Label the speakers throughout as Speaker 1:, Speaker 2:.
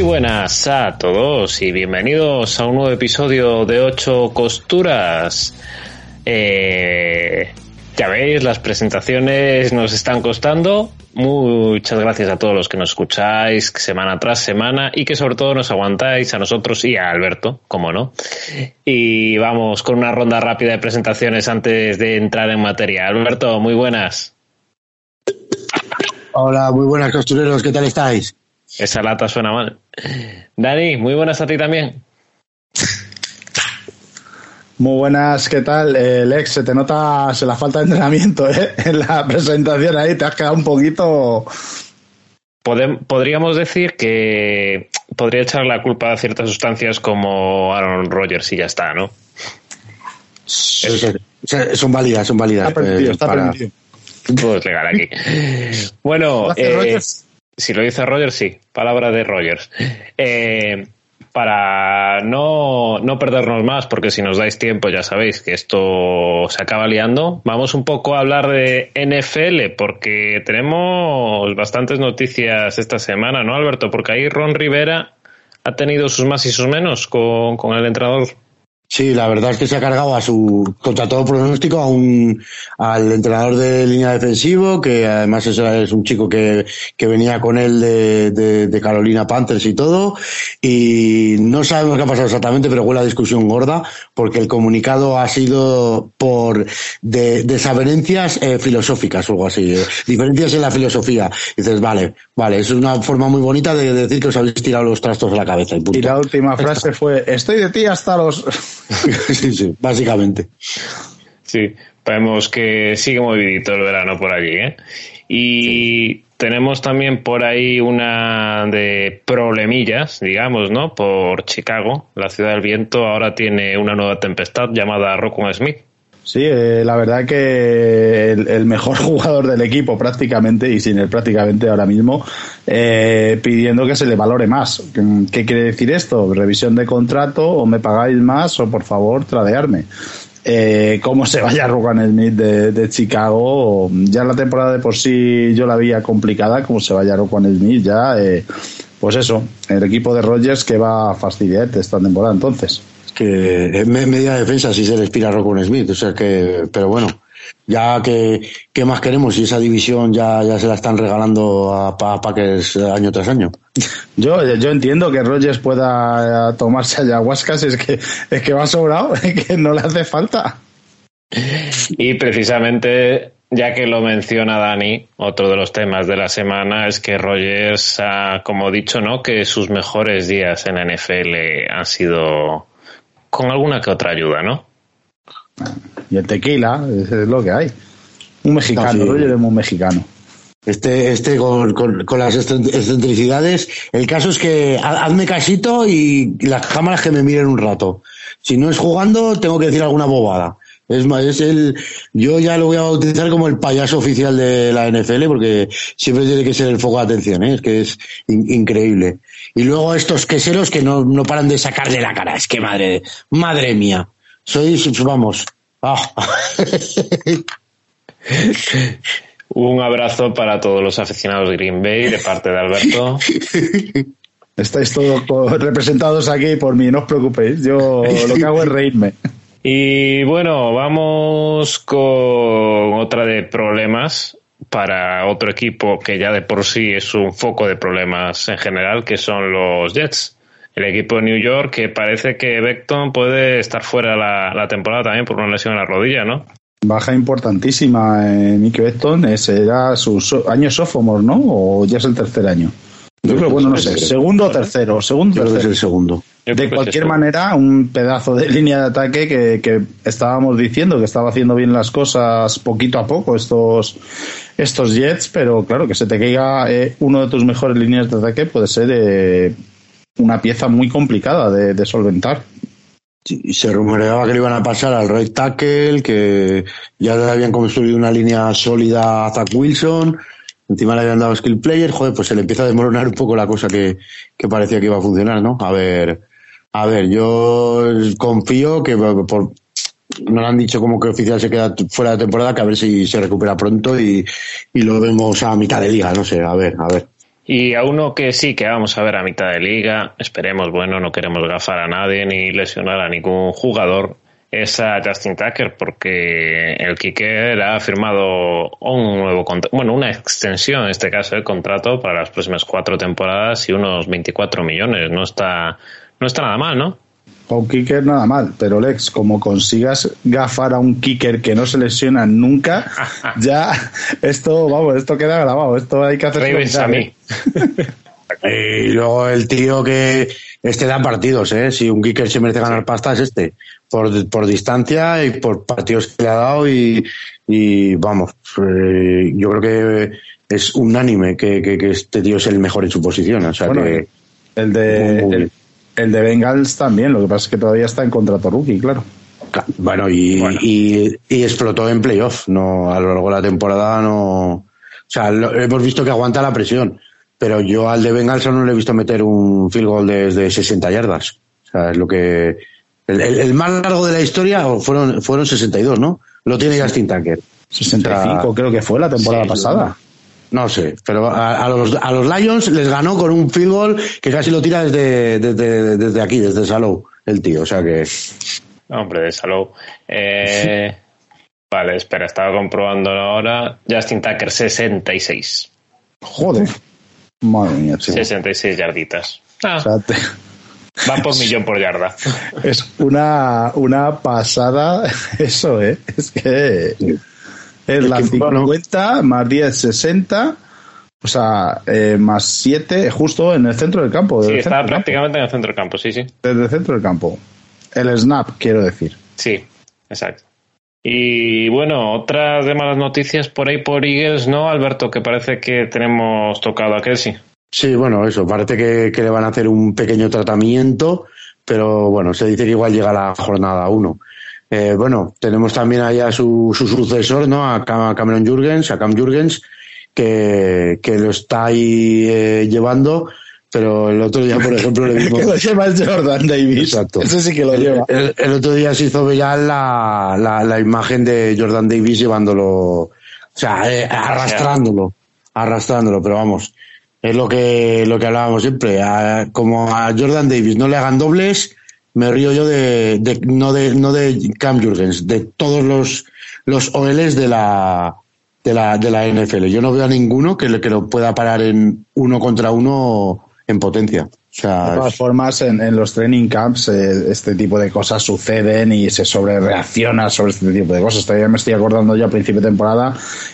Speaker 1: buenas a todos y bienvenidos a un nuevo episodio de 8 Costuras. Ya veis, las presentaciones nos están costando. Muchas gracias a todos los que nos escucháis semana tras semana y que sobre todo nos aguantáis a nosotros y a Alberto, como no. Y vamos con una ronda rápida de presentaciones antes de entrar en materia. Alberto, muy buenas.
Speaker 2: Hola, muy buenas, costureros, ¿qué tal estáis?
Speaker 1: Esa lata suena mal. Dani, muy buenas a ti también.
Speaker 3: Muy buenas, ¿qué tal? Lex, se te nota la falta de entrenamiento, en la presentación ahí, te has quedado un poquito...
Speaker 1: Podríamos decir que podría echar la culpa a ciertas sustancias como Aaron Rodgers y ya está, ¿no?
Speaker 2: Son válidas.
Speaker 3: Está permitido.
Speaker 1: Pues legal aquí. Bueno, si lo dice Rodgers, sí. Palabra de Rodgers. Para no perdernos más, porque si nos dais tiempo ya sabéis que esto se acaba liando, vamos un poco a hablar de NFL, porque tenemos bastantes noticias esta semana, ¿no, Alberto? Porque ahí Ron Rivera ha tenido sus más y sus menos con el entrenador.
Speaker 2: Sí, la verdad es que se ha cargado contra todo pronóstico al entrenador de línea defensivo, que además es un chico que venía con él de Carolina Panthers y todo, y no sabemos qué ha pasado exactamente, pero huele a discusión gorda, porque el comunicado ha sido por desavenencias filosóficas o algo así, diferencias en la filosofía. Y dices, vale, es una forma muy bonita de decir que os habéis tirado los trastos a la cabeza. Y
Speaker 3: la última frase fue, estoy de ti hasta los...
Speaker 2: Sí, básicamente.
Speaker 1: Sí, vemos que sigue movidito el verano por allí, ¿eh? Y sí. Tenemos también por ahí una de problemillas, digamos, ¿no? Por Chicago, la ciudad del viento, ahora tiene una nueva tempestad llamada Roquan Smith.
Speaker 3: Sí, la verdad que el mejor jugador del equipo prácticamente, y sin él prácticamente ahora mismo, pidiendo que se le valore más. ¿Qué quiere decir esto? Revisión de contrato, o me pagáis más, o por favor, tradearme. Cómo se vaya Roquan Smith de Chicago, ya la temporada de por sí yo la veía complicada, como se vaya Roquan Smith ya, pues eso, el equipo de Rodgers que va a fastidiar esta temporada entonces.
Speaker 2: Que es media defensa si se les pira Roquan Smith, o sea que, pero bueno, ya que ¿qué más queremos? Si esa división ya se la están regalando a Packers año tras año.
Speaker 3: Yo entiendo que Rodgers pueda tomarse ayahuascas, es que va sobrado, es que no le hace falta.
Speaker 1: Y precisamente, ya que lo menciona Dani, otro de los temas de la semana es que Rodgers ha, como dicho, ¿no?, que sus mejores días en la NFL han sido con alguna que otra ayuda, ¿no?
Speaker 3: Y el tequila, es lo que hay. Un mexicano, Rodgers es un mexicano.
Speaker 2: Con las excentricidades, el caso es que hazme casito y las cámaras que me miren un rato. Si no es jugando, tengo que decir alguna bobada. Es más, yo ya lo voy a bautizar como el payaso oficial de la NFL, porque siempre tiene que ser el foco de atención, ¿eh? Es que es increíble. Y luego estos queseros que no paran de sacarle la cara. Es que madre mía. Vamos.
Speaker 1: Un abrazo para todos los aficionados de Green Bay de parte de Alberto.
Speaker 3: Estáis todos representados aquí por mí, no os preocupéis. Yo lo que hago es reírme.
Speaker 1: Y bueno, vamos con otra de problemas para otro equipo que ya de por sí es un foco de problemas en general, que son los Jets. El equipo de New York, que parece que Becton puede estar fuera la temporada también por una lesión en la rodilla, ¿no?
Speaker 3: Baja importantísima, Mickey Becton. Será su año sophomore, ¿no? ¿O ya es el tercer año? Yo creo, bueno, no sé, segundo o tercero.
Speaker 2: Creo que es el segundo.
Speaker 3: De cualquier manera, un pedazo de línea de ataque que estábamos diciendo que estaba haciendo bien las cosas poquito a poco estos Jets, pero claro, que se te caiga uno de tus mejores líneas de ataque puede ser una pieza muy complicada de solventar.
Speaker 2: Sí, se rumoreaba que le iban a pasar al right tackle, que ya habían construido una línea sólida a Zach Wilson. Encima le habían dado skill player, pues se le empieza a desmoronar un poco la cosa que parecía que iba a funcionar, ¿no? A ver, yo confío que no le han dicho como que oficial se queda fuera de temporada, que a ver si se recupera pronto y lo vemos a mitad de liga, no sé, a ver.
Speaker 1: Y a uno que sí que vamos a ver a mitad de liga, esperemos, bueno, no queremos gafar a nadie ni lesionar a ningún jugador, es a Justin Tucker, porque el kicker ha firmado un nuevo contrato, bueno, una extensión en este caso de contrato para las próximas 4 temporadas y unos 24 millones. No está nada mal, ¿no?
Speaker 3: A un kicker nada mal, pero Lex, como consigas gafar a un kicker que no se lesiona nunca, ya esto queda grabado, esto hay que hacer.
Speaker 1: Ravens a mí.
Speaker 2: Y luego el tío que da partidos, si un kicker se merece ganar pasta es por distancia y por partidos que le ha dado y vamos, yo creo que es unánime que este tío es el mejor en su posición, o sea, bueno, que
Speaker 3: el de Bengals también, lo que pasa es que todavía está en contrato rookie, claro.
Speaker 2: Bueno, y explotó en playoff, no a lo largo de la temporada no, o sea, hemos visto que aguanta la presión, pero yo al de Bengals no le he visto meter un field goal desde 60 yardas. O sea, es lo que el más largo de la historia fueron 62, ¿no? Lo tiene Justin Tucker.
Speaker 3: 65 creo que fue la temporada pasada.
Speaker 2: No sé, pero a los Lions les ganó con un field goal que casi lo tira desde aquí, desde Salou, el tío, o sea que...
Speaker 1: Hombre, de Salou. Vale, espera, estaba comprobando ahora. Justin Tucker, 66.
Speaker 3: Joder. Madre mía, tío.
Speaker 1: 66 yarditas.
Speaker 3: O sea,
Speaker 1: va por millón por yarda.
Speaker 3: Es una pasada eso, ¿eh? Es que... Es la 50 más 10, 60, o sea, más 7, justo en el centro del campo.
Speaker 1: Sí, está prácticamente en el centro del campo, sí.
Speaker 3: Desde el centro del campo. El snap, quiero decir.
Speaker 1: Sí, exacto. Y bueno, otras de malas noticias por ahí por Eagles, ¿no, Alberto? Que parece que tenemos tocado a Kelsey.
Speaker 2: Sí, bueno, eso, parece que le van a hacer un pequeño tratamiento, pero bueno, se dice que igual llega la jornada 1. Bueno, tenemos también allá a su sucesor, ¿no? A Cam Jurgens, que lo está ahí llevando, pero el otro día, por ejemplo, le vimos...
Speaker 3: que lo lleva el Jordan Davis.
Speaker 2: Exacto.
Speaker 3: Ese sí que lo lleva.
Speaker 2: El otro día se hizo viral la imagen de Jordan Davis llevándolo, o sea, arrastrándolo, pero vamos, es lo que hablábamos siempre, como a Jordan Davis no le hagan dobles, me río yo no de Cam Jurgens, de todos los OLs de la NFL. Yo no veo a ninguno que lo pueda parar en 1 contra 1 en potencia. O sea,
Speaker 3: de todas formas, en los training camps este tipo de cosas suceden y se sobrereacciona sobre este tipo de cosas. Todavía me estoy acordando ya a principio de temporada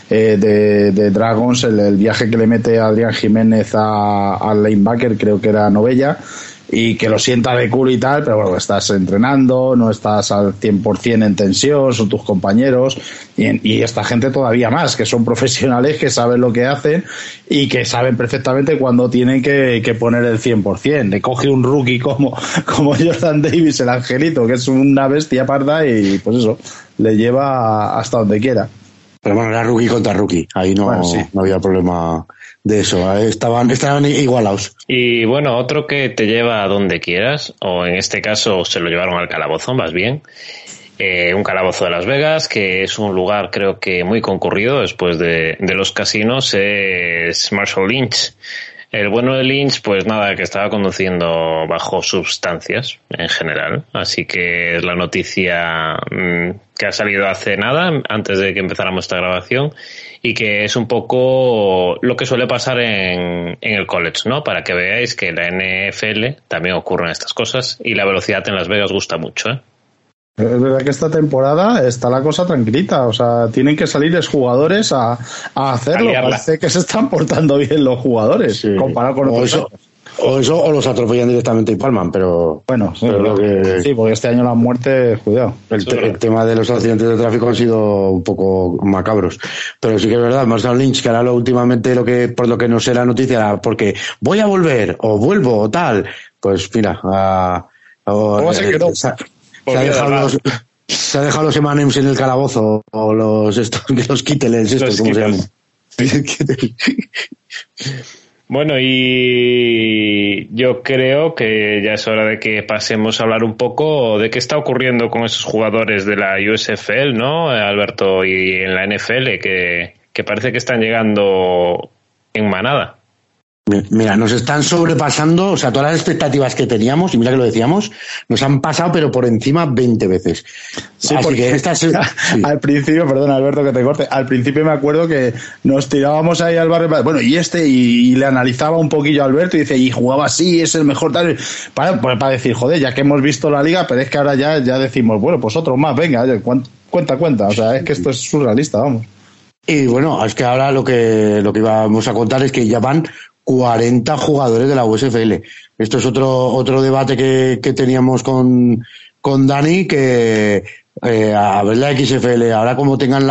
Speaker 3: de Dragons, el viaje que le mete Adrián Jiménez al linebacker, creo que era Novella, y que lo sienta de culo y tal, pero bueno, estás entrenando, no estás al 100% en tensión, son tus compañeros, y esta gente todavía más, que son profesionales, que saben lo que hacen y que saben perfectamente cuándo tienen que poner el 100%. Le coge un rookie como Jordan Davis, el angelito, que es una bestia parda, y pues eso, le lleva hasta donde quiera.
Speaker 2: Pero bueno, era rookie contra rookie, ahí no había problema de eso, estaban igualados.
Speaker 1: Y bueno, otro que te lleva a donde quieras, o en este caso se lo llevaron al calabozo, más bien, un calabozo de Las Vegas, que es un lugar creo que muy concurrido después de los casinos, es Marshall Lynch. El bueno de Lynch, pues nada, que estaba conduciendo bajo sustancias en general, así que es la noticia que ha salido hace nada, antes de que empezáramos esta grabación, y que es un poco lo que suele pasar en el college, ¿no? Para que veáis que en la NFL también ocurren estas cosas y la velocidad en Las Vegas gusta mucho, ¿eh?
Speaker 3: Es verdad que esta temporada está la cosa tranquilita, o sea, tienen que salir los jugadores a hacerlo. Parece que se están portando bien los jugadores, sí, comparado con otros años.
Speaker 2: O los atropellan directamente y palman, pero...
Speaker 3: Bueno, sí, sí, porque este año las muertes, cuidado.
Speaker 2: El tema de los accidentes de tráfico han sido un poco macabros. Pero sí que es verdad, Marshall Lynch, que ahora últimamente por lo que no sé la noticia, porque voy a volver, o vuelvo, o tal, pues mira, se ha dejado los M&M's en el calabozo, o los Kittles, ¿cómo se llaman?
Speaker 1: Bueno, y yo creo que ya es hora de que pasemos a hablar un poco de qué está ocurriendo con esos jugadores de la USFL, ¿no, Alberto? Y en la NFL, que parece que están llegando en manada.
Speaker 2: Mira, nos están sobrepasando, o sea, todas las expectativas que teníamos, y mira que lo decíamos, nos han pasado, pero por encima 20 veces.
Speaker 3: Sí,
Speaker 2: así
Speaker 3: porque
Speaker 2: que sí.
Speaker 3: Al principio, perdona Alberto que te corte, al principio me acuerdo que nos tirábamos ahí al barrio, bueno, y le analizaba un poquillo a Alberto y dice, y jugaba así, es el mejor tal, para decir, joder, ya que hemos visto la liga, pero es que ahora ya decimos, bueno, pues otro más, venga, cuenta, o sea, es que esto es surrealista, vamos.
Speaker 2: Y bueno, es que ahora lo que íbamos a contar es que ya van 40 jugadores de la USFL. Esto es otro debate que teníamos con Dani, que a ver la XFL, ahora como tengan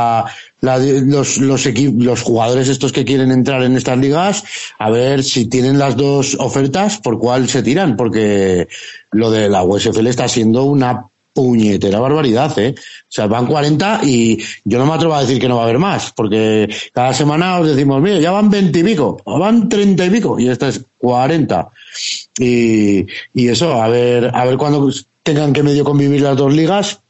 Speaker 2: los jugadores estos que quieren entrar en estas ligas, a ver si tienen las dos ofertas, por cuál se tiran, porque lo de la USFL está siendo una puñetera barbaridad, ¿eh? O sea, van 40 y yo no me atrevo a decir que no va a haber más, porque cada semana os decimos, mira, ya van 20 y pico, o van 30 y pico, y esta es 40. Y eso, a ver cuando tengan que medio convivir las dos ligas,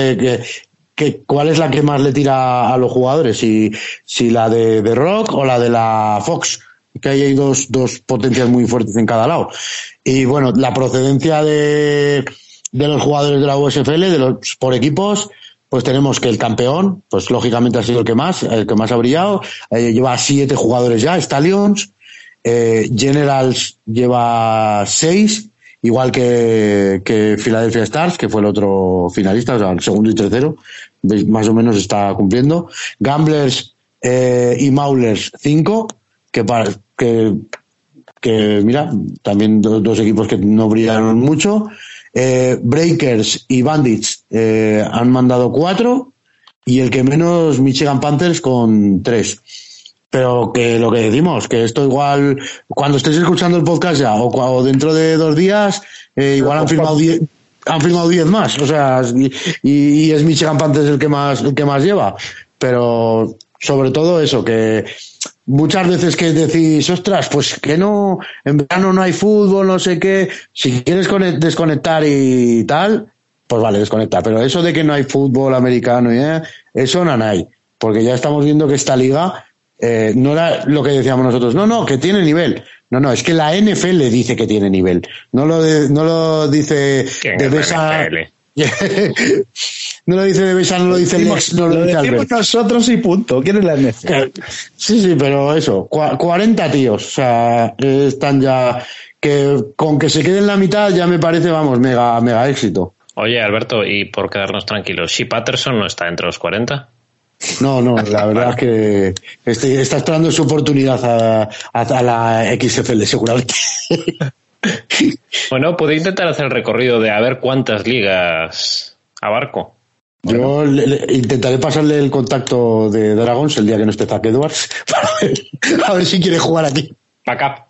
Speaker 2: cuál es la que más le tira a los jugadores, si la de Rock o la de la Fox, que ahí hay dos potencias muy fuertes en cada lado. Y bueno, la procedencia de los jugadores de la USFL, por equipos, pues tenemos que el campeón, pues lógicamente ha sido el que más ha brillado, lleva 7 jugadores ya, Stallions, Generals lleva 6, igual que Philadelphia Stars, que fue el otro finalista, o sea, el segundo y tercero, más o menos está cumpliendo, Gamblers y Maulers 5, que mira, también dos equipos que no brillaron mucho. Breakers y Bandits han mandado 4 y el que menos Michigan Panthers con 3. Pero que lo que decimos, que esto igual, cuando estéis escuchando el podcast ya, o dentro de 2 días, igual han firmado 10 más, o sea, y es Michigan Panthers el que más lleva. Pero sobre todo eso, que muchas veces que decís, ostras, pues que no, en verano no hay fútbol, no sé qué, si quieres desconectar y tal, pues vale, desconecta, pero eso de que no hay fútbol americano, eso no hay, porque ya estamos viendo que esta liga no era lo que decíamos nosotros, no, que tiene nivel, no, es que la NFL dice que tiene nivel, no lo dice de Besa. No lo dice de Besa, no lo dice Lex, no lo dice Albert.
Speaker 3: Nosotros y punto. ¿Quién es la NFL?
Speaker 2: Sí, pero eso, 40 tíos, o sea, están ya, que con que se queden la mitad ya me parece, vamos, mega éxito.
Speaker 1: Oye, Alberto, y por quedarnos tranquilos, ¿Shea Patterson no está entre los 40?
Speaker 2: No, la verdad es que está esperando su oportunidad a la XFL, seguramente.
Speaker 1: Bueno, puede intentar hacer el recorrido de a ver cuántas ligas abarco.
Speaker 2: Yo intentaré pasarle el contacto de Dragons el día que no esté Zach Edwards para ver si quiere jugar aquí.
Speaker 1: Backup.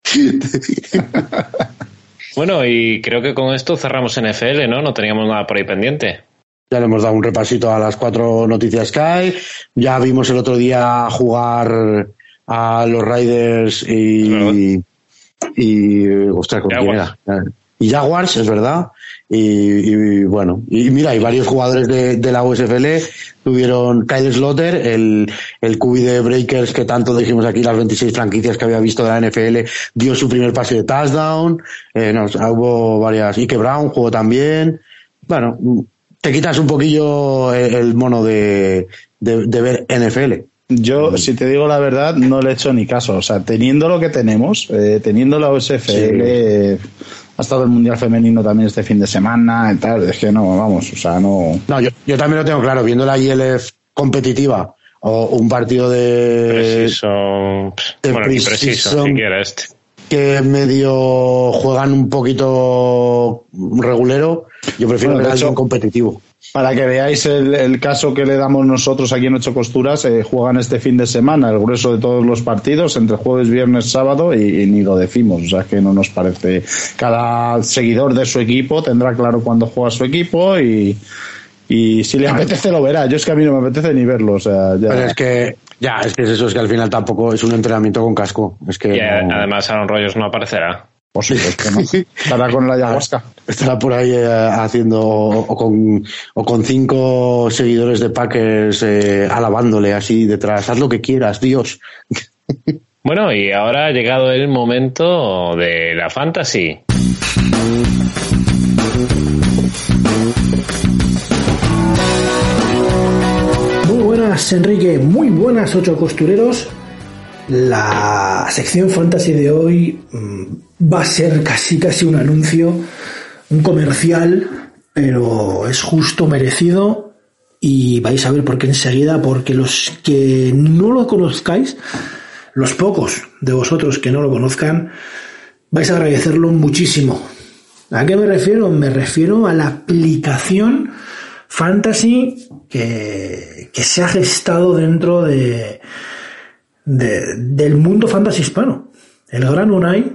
Speaker 1: Bueno, y creo que con esto cerramos NFL, ¿no? No teníamos nada por ahí pendiente.
Speaker 2: Ya le hemos dado un repasito a las 4 noticias que hay. Ya vimos el otro día jugar a los Raiders y ostras, ¿con quién era? Y Jaguars, es verdad. Y bueno, y mira, hay varios jugadores de la USFL. Tuvieron Kyle Sloter, el QB de Breakers, que tanto dijimos aquí, las 26 franquicias que había visto de la NFL, dio su primer pase de touchdown. Hubo varias. Ike Brown jugó también. Bueno, te quitas un poquillo el mono de ver NFL.
Speaker 3: Yo, si te digo la verdad, no le he hecho ni caso. O sea, teniendo lo que tenemos, teniendo la USFL, ha estado el Mundial Femenino también este fin de semana y tal, es que no, vamos, o sea, no...
Speaker 2: No, yo también lo tengo claro, viendo la ILF competitiva o un partido de...
Speaker 1: Preciso, siquiera este.
Speaker 2: Que medio juegan un poquito regulero, yo prefiero ver algo competitivo.
Speaker 3: Para que veáis el caso que le damos nosotros aquí en Ocho Costuras, juegan este fin de semana el grueso de todos los partidos, entre jueves, viernes, sábado, y ni lo decimos, o sea que no nos parece. Cada seguidor de su equipo tendrá claro cuándo juega su equipo y si le apetece lo verá. Yo es que a mí no me apetece ni verlo, o sea, ya.
Speaker 2: Pero es que eso, es que al final tampoco es un entrenamiento con casco. Es que
Speaker 1: además Aaron Rodgers no aparecerá.
Speaker 3: Por supuesto, ¿no? Estará con la ayahuasca.
Speaker 2: Estará por ahí haciendo o con 5 seguidores de Packers alabándole así detrás. Haz lo que quieras, Dios.
Speaker 1: Bueno, y ahora ha llegado el momento de la fantasy.
Speaker 4: Muy buenas, Enrique, muy buenas, 8 costureros. La sección fantasy de hoy va a ser casi un anuncio, un comercial, pero es justo merecido y vais a ver por qué enseguida, porque los que no lo conozcáis, los pocos de vosotros que no lo conozcan, vais a agradecerlo muchísimo. ¿A qué me refiero? Me refiero a la aplicación fantasy que se ha gestado dentro del mundo fantasy hispano. El gran Unai,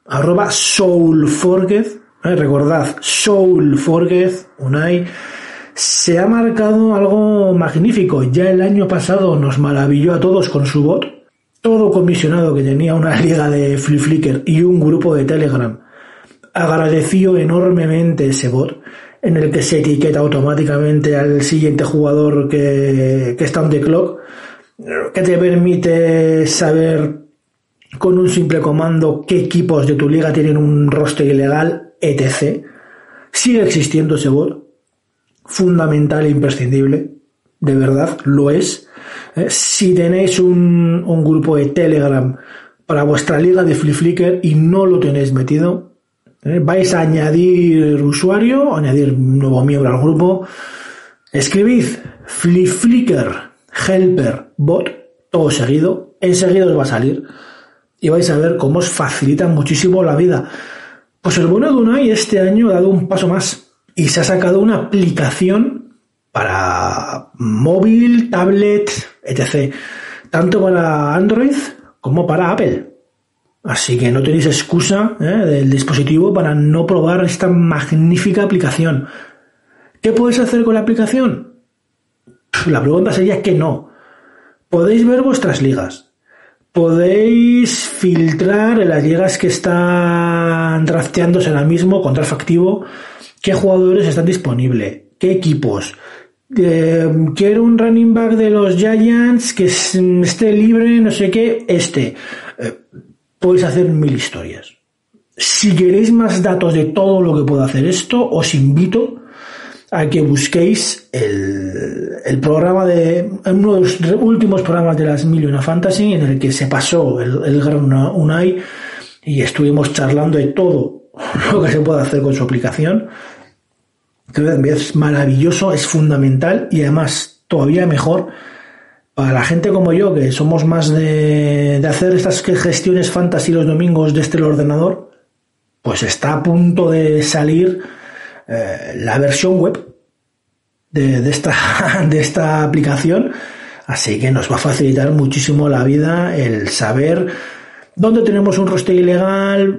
Speaker 4: @SoulForget, recordad, SoulForget, Unai, se ha marcado algo magnífico. Ya el año pasado nos maravilló a todos con su bot, todo comisionado que tenía una liga de Flickr y un grupo de Telegram. Agradeció enormemente ese bot, en el que se etiqueta automáticamente al siguiente jugador que está on the clock, que te permite saber con un simple comando qué equipos de tu liga tienen un roster ilegal, etc. Sigue existiendo ese bot, fundamental e imprescindible, de verdad, lo es. Si tenéis un grupo de Telegram para vuestra liga de Flickr y no lo tenéis metido, vais a añadir usuario, añadir un nuevo miembro al grupo, escribid Flickr helper bot, todo seguido, enseguida os va a salir y vais a ver cómo os facilita muchísimo la vida. Pues el bueno de Unai este año ha dado un paso más y se ha sacado una aplicación para móvil, tablet, etc., tanto para Android como para Apple. Así que no tenéis excusa del dispositivo para no probar esta magnífica aplicación. ¿Qué podéis hacer con la aplicación? La pregunta sería que no. Podéis ver vuestras ligas. Podéis filtrar en las ligas que están drafteándose ahora mismo con draft activo qué jugadores están disponibles, qué equipos. Quiero un running back de los Giants que esté libre, no sé qué, podéis hacer 1000 historias. Si queréis más datos de todo lo que puedo hacer esto, os invito a que busquéis el programa uno de los últimos programas de las 1001 Fantasy, en el que se pasó el gran Unai y estuvimos charlando de todo lo que se puede hacer con su aplicación. Creo que es maravilloso, es fundamental y además todavía mejor para la gente como yo, que somos más de hacer estas gestiones fantasy los domingos desde el ordenador. Pues está a punto de salir la versión web de esta aplicación, así que nos va a facilitar muchísimo la vida el saber dónde tenemos un roster ilegal,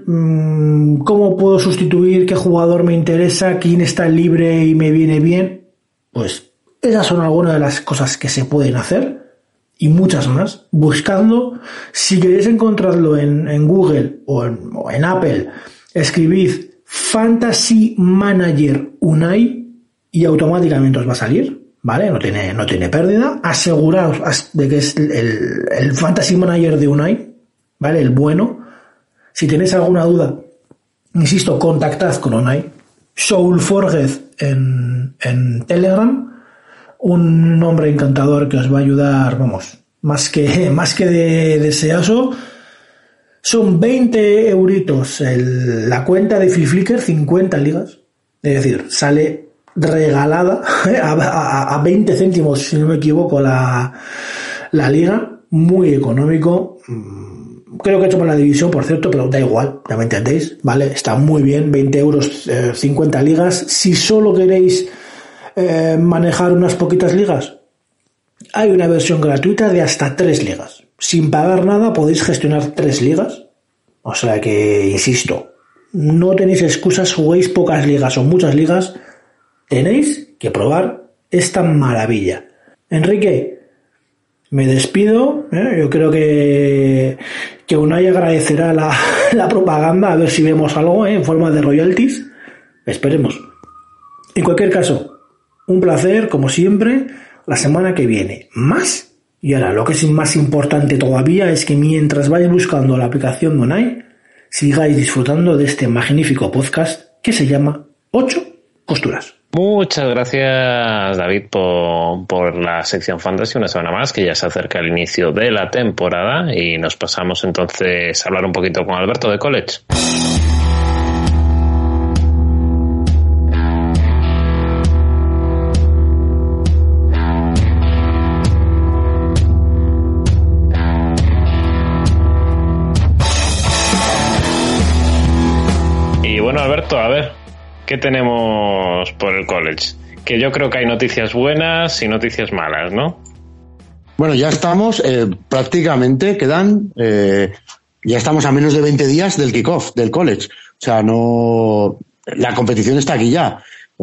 Speaker 4: cómo puedo sustituir, qué jugador me interesa, quién está libre y me viene bien. Pues esas son algunas de las cosas que se pueden hacer y muchas más. Buscando, si queréis encontrarlo en Google o en Apple, escribid Fantasy Manager Unai y automáticamente os va a salir, ¿vale? No tiene pérdida. Aseguraos de que es el Fantasy Manager de Unai, ¿vale? El bueno. Si tenéis alguna duda, insisto, contactad con Unai. SoulForget en Telegram, un hombre encantador que os va a ayudar, vamos, más que de deseoso. Son 20 euritos la cuenta de Flickr, 50 ligas. Es decir, sale regalada a 20 céntimos, si no me equivoco, la liga. Muy económico. Creo que he hecho por la división, por cierto, pero da igual, ya me entendéis, ¿vale? Está muy bien, 20 euros, 50 ligas. Si solo queréis manejar unas poquitas ligas, hay una versión gratuita de hasta 3 ligas. Sin pagar nada podéis gestionar 3 ligas. O sea que, insisto, no tenéis excusas, juguéis pocas ligas o muchas ligas, tenéis que probar esta maravilla. Enrique, me despido. Yo creo que Unai agradecerá la propaganda, a ver si vemos algo en forma de royalties. Esperemos. En cualquier caso, un placer, como siempre. La semana que viene, más Y ahora, lo que es más importante todavía es que mientras vais buscando la aplicación Donai, sigáis disfrutando de este magnífico podcast que se llama 8 Costuras.
Speaker 1: Muchas gracias, David, por la sección Fantasy una semana más, que ya se acerca el inicio de la temporada y nos pasamos entonces a hablar un poquito con Alberto de College. Y bueno, Alberto, a ver, ¿qué tenemos por el college? Que yo creo que hay noticias buenas y noticias malas, ¿no?
Speaker 2: Bueno, ya estamos prácticamente, ya estamos a menos de 20 días del kickoff del college. O sea, la competición está aquí ya.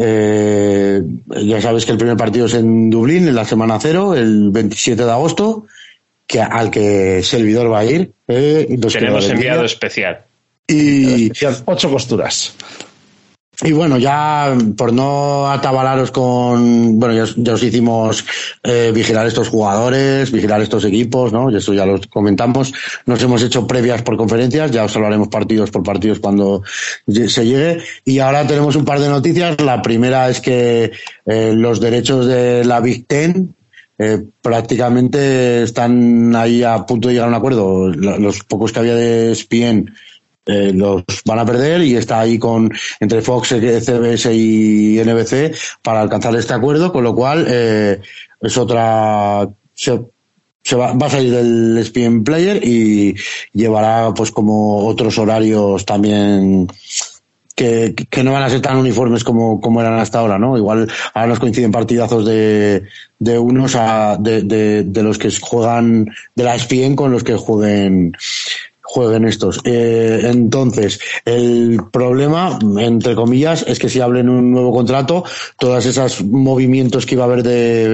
Speaker 2: Ya sabes que el primer partido es en Dublín, en la semana 0, el 27 de agosto, al que servidor va a ir.
Speaker 1: Tenemos enviado especial.
Speaker 3: Y 8 costuras.
Speaker 2: Y bueno, ya por no atabalaros ya os hicimos vigilar estos jugadores, vigilar estos equipos, ¿no? Y eso ya lo comentamos. Nos hemos hecho previas por conferencias, ya os hablaremos partidos por partidos cuando se llegue. Y ahora tenemos un par de noticias. La primera es que los derechos de la Big Ten prácticamente están ahí a punto de llegar a un acuerdo. Los pocos que había de ESPN los van a perder y está ahí entre Fox, CBS y NBC para alcanzar este acuerdo, con lo cual es otra va a salir del ESPN Player y llevará pues como otros horarios también que no van a ser tan uniformes como eran hasta ahora, ¿no? Igual ahora nos coinciden partidazos de unos de los que juegan de la ESPN con los que jueguen estos. Entonces, el problema, entre comillas, es que si hablen un nuevo contrato, todos esos movimientos que iba a haber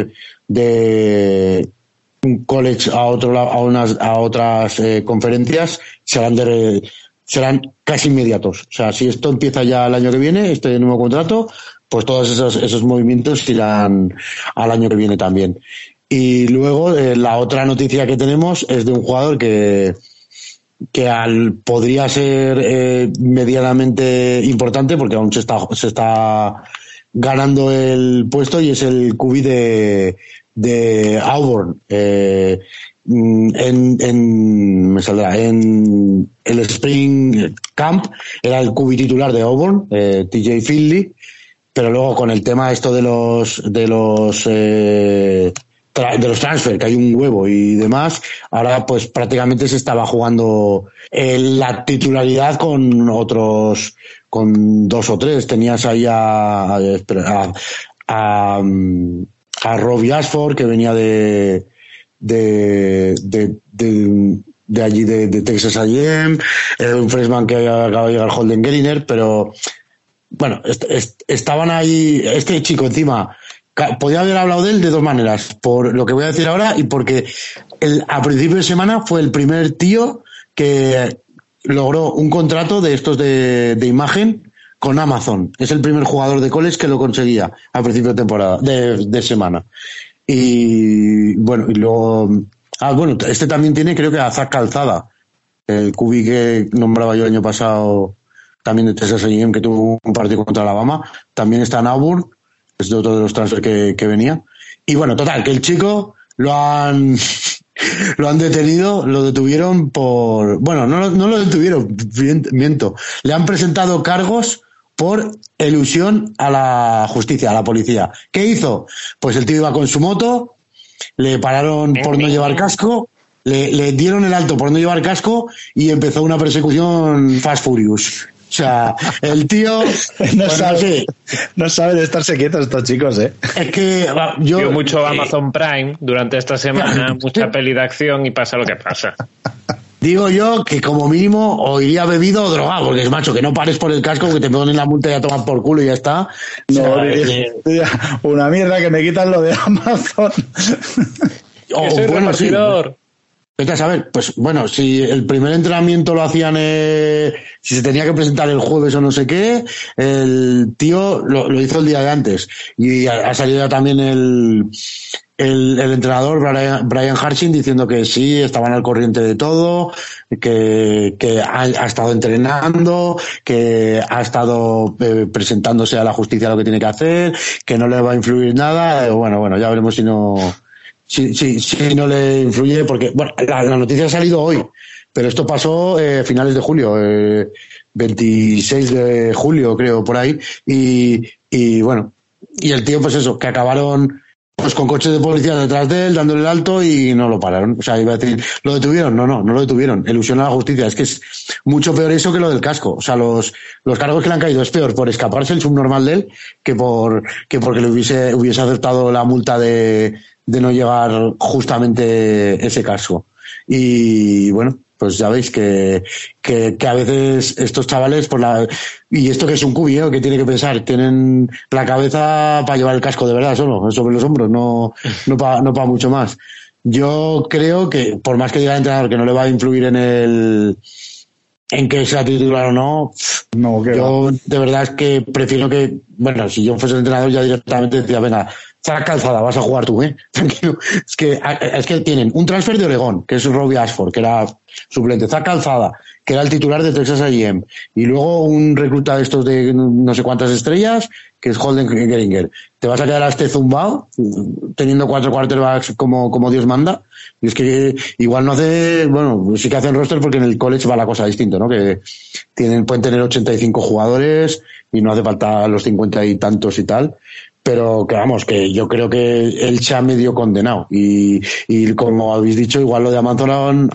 Speaker 2: de un college a otro lado, a otras conferencias, serán casi inmediatos. O sea, si esto empieza ya el año que viene, este nuevo contrato, pues todos esos movimientos irán al año que viene también. Y luego, la otra noticia que tenemos es de un jugador que podría ser medianamente importante porque aún se está ganando el puesto, y es el QB de Auburn. Me saldrá en el Spring Camp, era el QB titular de Auburn, TJ Finley, pero luego con el tema esto de los transfer, que hay un huevo y demás, ahora pues prácticamente se estaba jugando la titularidad con 2 o 3. Tenías ahí a Robbie Ashford, que venía de allí de Texas A&M, un freshman que acaba de llegar, Holden Geriner, pero bueno, estaban ahí, este chico encima. Podía haber hablado de él de dos maneras, por lo que voy a decir ahora y porque a principio de semana fue el primer tío que logró un contrato de estos de imagen con Amazon. Es el primer jugador de college que lo conseguía a principio de temporada, de semana. Y bueno, y luego... este también tiene, creo que a Zach Calzada, el QB que nombraba yo el año pasado, también de Texas A&M, que tuvo un partido contra Alabama, también está en Auburn. Es de otro de los transfers que venía. Y bueno, total, que el chico lo han detenido, lo detuvieron no lo detuvieron, miento. Le han presentado cargos por elusión a la justicia, a la policía. ¿Qué hizo? Pues el tío iba con su moto, le pararon por no llevar casco, le dieron el alto por no llevar casco y empezó una persecución Fast Furious. O sea, el tío
Speaker 3: no sabe de estarse quietos estos chicos, ¿eh?
Speaker 2: Es que
Speaker 1: yo mucho Amazon Prime durante esta semana, mucha peli de acción y pasa lo que pasa.
Speaker 2: Digo yo que como mínimo o iría bebido o drogado, porque es macho, que no pares por el casco, que te ponen la multa y a tomar por culo y ya está.
Speaker 3: Una mierda que me quitan lo de Amazon.
Speaker 2: Bueno, sí. Vete a saber, pues bueno, si el primer entrenamiento lo hacían, si se tenía que presentar el jueves o no sé qué, el tío lo hizo el día de antes. Y ha salido ya también el entrenador Brian Harsin diciendo que sí, estaban al corriente de todo, que ha estado entrenando, que ha estado presentándose a la justicia lo que tiene que hacer, que no le va a influir nada. Bueno, ya veremos si no le influye, porque bueno, la noticia ha salido hoy, pero esto pasó finales de julio, 26 de julio creo, por ahí, y bueno, y el tío pues eso, que acabaron pues con coches de policía detrás de él, dándole el alto y no lo pararon. O sea, iba a decir, ¿lo detuvieron? No lo detuvieron. Elusión a la justicia. Es que es mucho peor eso que lo del casco. O sea, los cargos que le han caído es peor por escaparse el subnormal de él que porque le hubiese aceptado la multa de no llevar justamente ese casco. Y bueno, pues ya veis que a veces estos chavales y esto que es un cubio que tiene que pensar, tienen la cabeza para llevar el casco de verdad solo, sobre los hombros, no para mucho más. Yo creo que por más que diga el entrenador que no le va a influir en que sea titular o no, yo de verdad es que prefiero que, bueno, si yo fuese el entrenador ya directamente decía, venga, Zach Calzada, vas a jugar tú, tranquilo. Es que tienen un transfer de Oregón, que es Robbie Ashford, que era suplente, Zach Calzada, que era el titular de Texas A&M, y luego un recluta de estos de no sé cuántas estrellas, que es Holden Geringer. Te vas a quedar a este zumbao, teniendo 4 quarterbacks como Dios manda. Y es que igual no hace, bueno, sí que hacen roster porque en el college va la cosa distinto, ¿no? Que pueden tener 85 jugadores y no hace falta los 50 y tantos y tal. Pero que vamos, que yo creo que él se ha medio condenado. Y como habéis dicho, igual lo de Amazon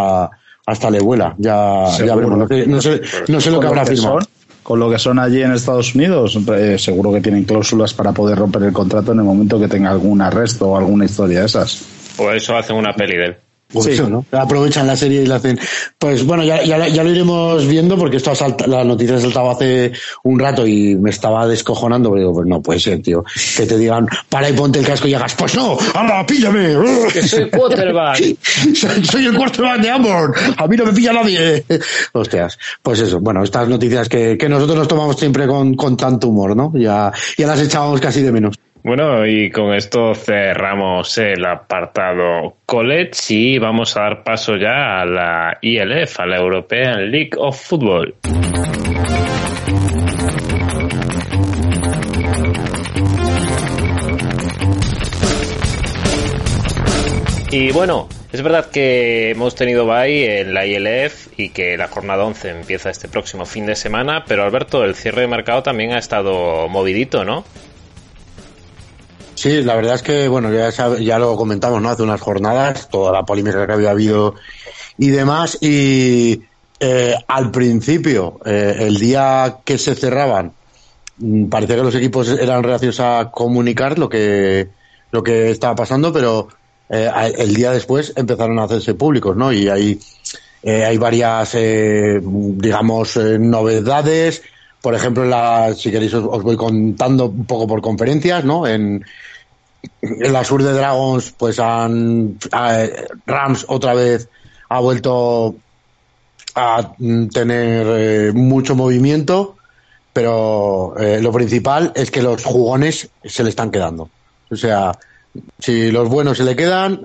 Speaker 2: hasta le vuela. Ya veremos. No sé lo que habrá firmado.
Speaker 3: Con lo que son allí en Estados Unidos, seguro que tienen cláusulas para poder romper el contrato en el momento que tenga algún arresto o alguna historia de esas.
Speaker 1: Por eso hacen una peli de él.
Speaker 2: Pues sí, eso, ¿no? Aprovechan la serie y la hacen. Pues bueno, ya lo iremos viendo porque la noticia saltaba hace un rato y me estaba descojonando, pero digo, pues no puede ser, tío, que te digan, para y ponte el casco y hagas, pues no, ¡hala, píllame!
Speaker 1: Que soy quarterback.
Speaker 2: soy el quarterback de Amor, a mí no me pilla nadie. Hostias, pues eso, bueno, estas noticias que nosotros nos tomamos siempre con tanto humor, ¿no? Ya las echábamos casi de menos.
Speaker 1: Bueno, y con esto cerramos el apartado college y vamos a dar paso ya a la ELF, a la European League of Football. Y bueno, es verdad que hemos tenido bye en la ELF y que la jornada 11 empieza este próximo fin de semana, pero Alberto, el cierre de mercado también ha estado movidito, ¿no?
Speaker 2: Sí, la verdad es que, bueno, ya lo comentamos, ¿no? Hace unas jornadas, toda la polémica que había habido y demás, y al principio, el día que se cerraban, parecía que los equipos eran reacios a comunicar lo que estaba pasando, pero el día después empezaron a hacerse públicos, ¿no? Y hay varias, digamos, novedades. Por ejemplo, si queréis os voy contando un poco por conferencias, ¿no? En la Sur de Dragons, pues Rams otra vez ha vuelto a tener mucho movimiento, pero lo principal es que los jugones se le están quedando. O sea, si los buenos se le quedan,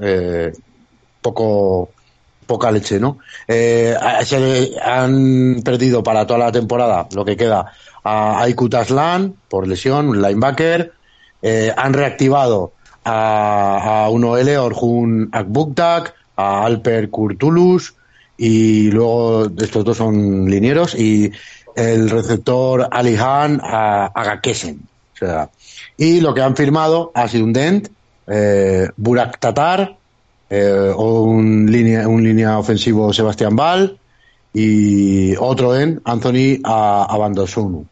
Speaker 2: poca leche, ¿no? Se han perdido para toda la temporada lo que queda a Aykut Aslan por lesión, un linebacker. Han reactivado a un OL, Orhun Akbuktak, a Alper Kurtulus, y luego estos dos son linieros, y el receptor Alihan Agakesen. O sea, y lo que han firmado ha sido un dent, Burak Tatar, o un línea ofensivo Sebastián Ball y otro en Anthony Abandosunu.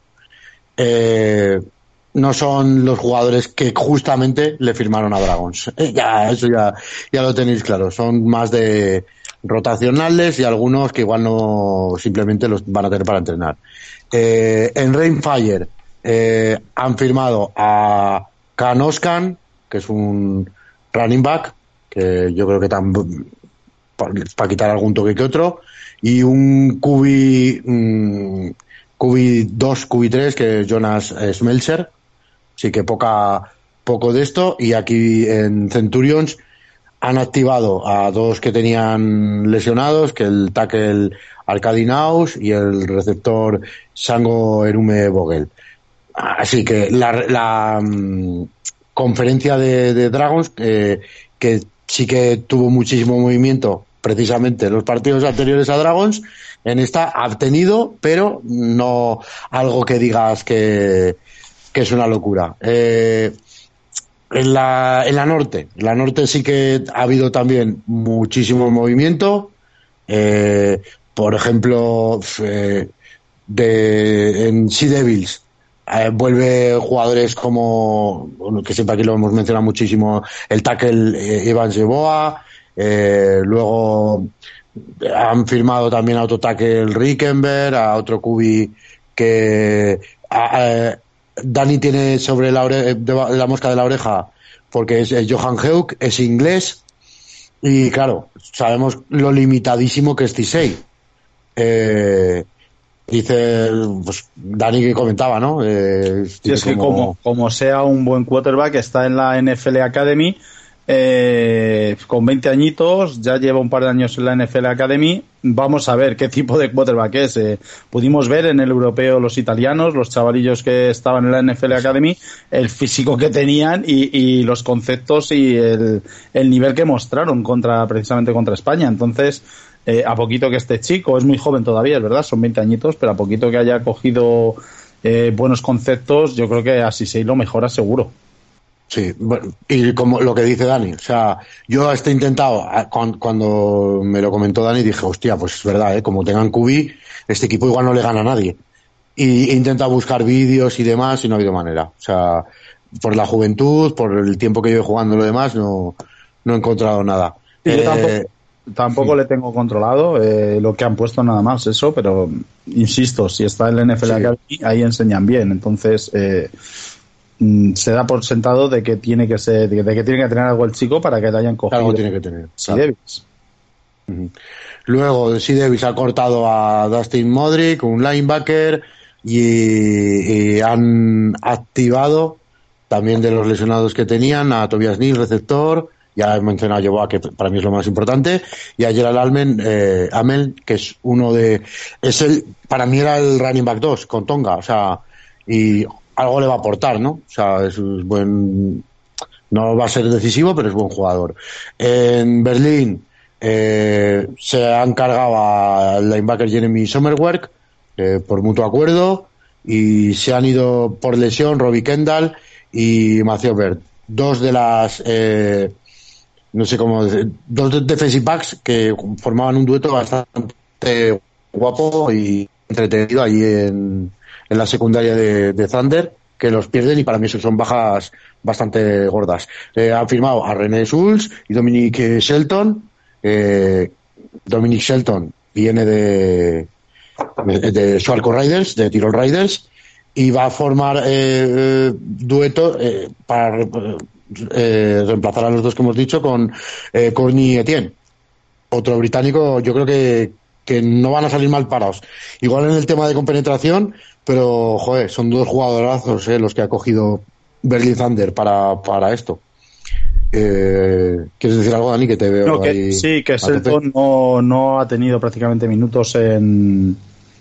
Speaker 2: No son los jugadores que justamente le firmaron a Dragons. Eso ya lo tenéis claro. Son más de rotacionales y algunos que igual no simplemente los van a tener para entrenar. En Rainfire han firmado a Khan Oskan, que es un running back, que yo creo que para quitar algún toque que otro, y un QB2, QB3, que es Jonas Smeltzer. Sí que poca poco de esto, y aquí en Centurions han activado a dos que tenían lesionados, que el tackle Arkady Naus y el receptor Sango Erume Vogel. Así que la conferencia de Dragons, que sí que tuvo muchísimo movimiento precisamente en los partidos anteriores a Dragons, en esta ha tenido, pero no algo que digas que es una locura. En la norte sí que ha habido también muchísimo movimiento. Por ejemplo, en Sea Devils vuelve jugadores como, bueno, que siempre aquí lo hemos mencionado muchísimo, el tackle Iván Jeboa. Luego han firmado también a otro tackle Rickenberg, a otro cubi que Dani tiene sobre la mosca de la oreja, porque es Johan Heuk, es inglés, y claro, sabemos lo limitadísimo que es Tisei. Dice, pues Dani que comentaba, ¿no?
Speaker 3: Sí, es que como sea un buen quarterback, está en la NFL Academy, con 20 añitos, ya lleva un par de años en la NFL Academy. Vamos a ver qué tipo de quarterback es. Pudimos ver en el europeo los italianos, los chavalillos que estaban en la NFL Academy, el físico que tenían y los conceptos y el nivel que mostraron precisamente contra España. Entonces, a poquito que este chico, es muy joven todavía, es verdad, son 20 añitos, pero a poquito que haya cogido buenos conceptos, yo creo que a Sisei lo mejora seguro.
Speaker 2: Sí, bueno, y como lo que dice Dani, o sea, yo he intentado, cuando me lo comentó Dani, dije, hostia, pues es verdad, como tengan QB, este equipo igual no le gana a nadie. Y he intentado buscar vídeos y demás y no ha habido manera. O sea, por la juventud, por el tiempo que llevo jugando y lo demás, no he encontrado nada.
Speaker 3: Sí, yo tampoco le tengo controlado lo que han puesto, nada más eso, pero insisto, si está en la NFL Academy, ahí enseñan bien. Entonces, se da por sentado de que tiene que ser, de que tiene que tener algo el chico para que le hayan cogido.
Speaker 2: Algo tiene que tener.
Speaker 3: Sea Davis.
Speaker 2: Luego, Sea Davis ha cortado a Dustin Modric, un linebacker, y han activado también de los lesionados que tenían a Tobias Nils, receptor. Ya he mencionado a Jeboa, que para mí es lo más importante, y a Gerald Amel, que es para mí era el running back 2 con Tonga, o sea, y algo le va a aportar, ¿no? O sea, es buen, no va a ser decisivo, pero es buen jugador. En Berlín se han cargado al linebacker Jeremy Sommerwerk por mutuo acuerdo, y se han ido por lesión Robbie Kendall y Matthew Bird, dos de las no sé cómo decir, dos defensive backs que formaban un dueto bastante guapo y entretenido ahí en la secundaria de Thunder, que los pierden, y para mí son bajas bastante gordas. Han firmado a René Schulz y Dominic Shelton. Dominic Shelton viene de Schwarco Riders, de Tirol Riders, y va a formar dueto para reemplazar a los dos que hemos dicho con Courtney Etienne, otro británico. Yo creo que no van a salir mal parados. Igual en el tema de compenetración, pero joder, son dos jugadorazos los que ha cogido Berlin Thunder para esto. ¿Quieres decir algo, Dani? Que te veo ahí.
Speaker 3: Sí, que Shelton no ha tenido prácticamente minutos en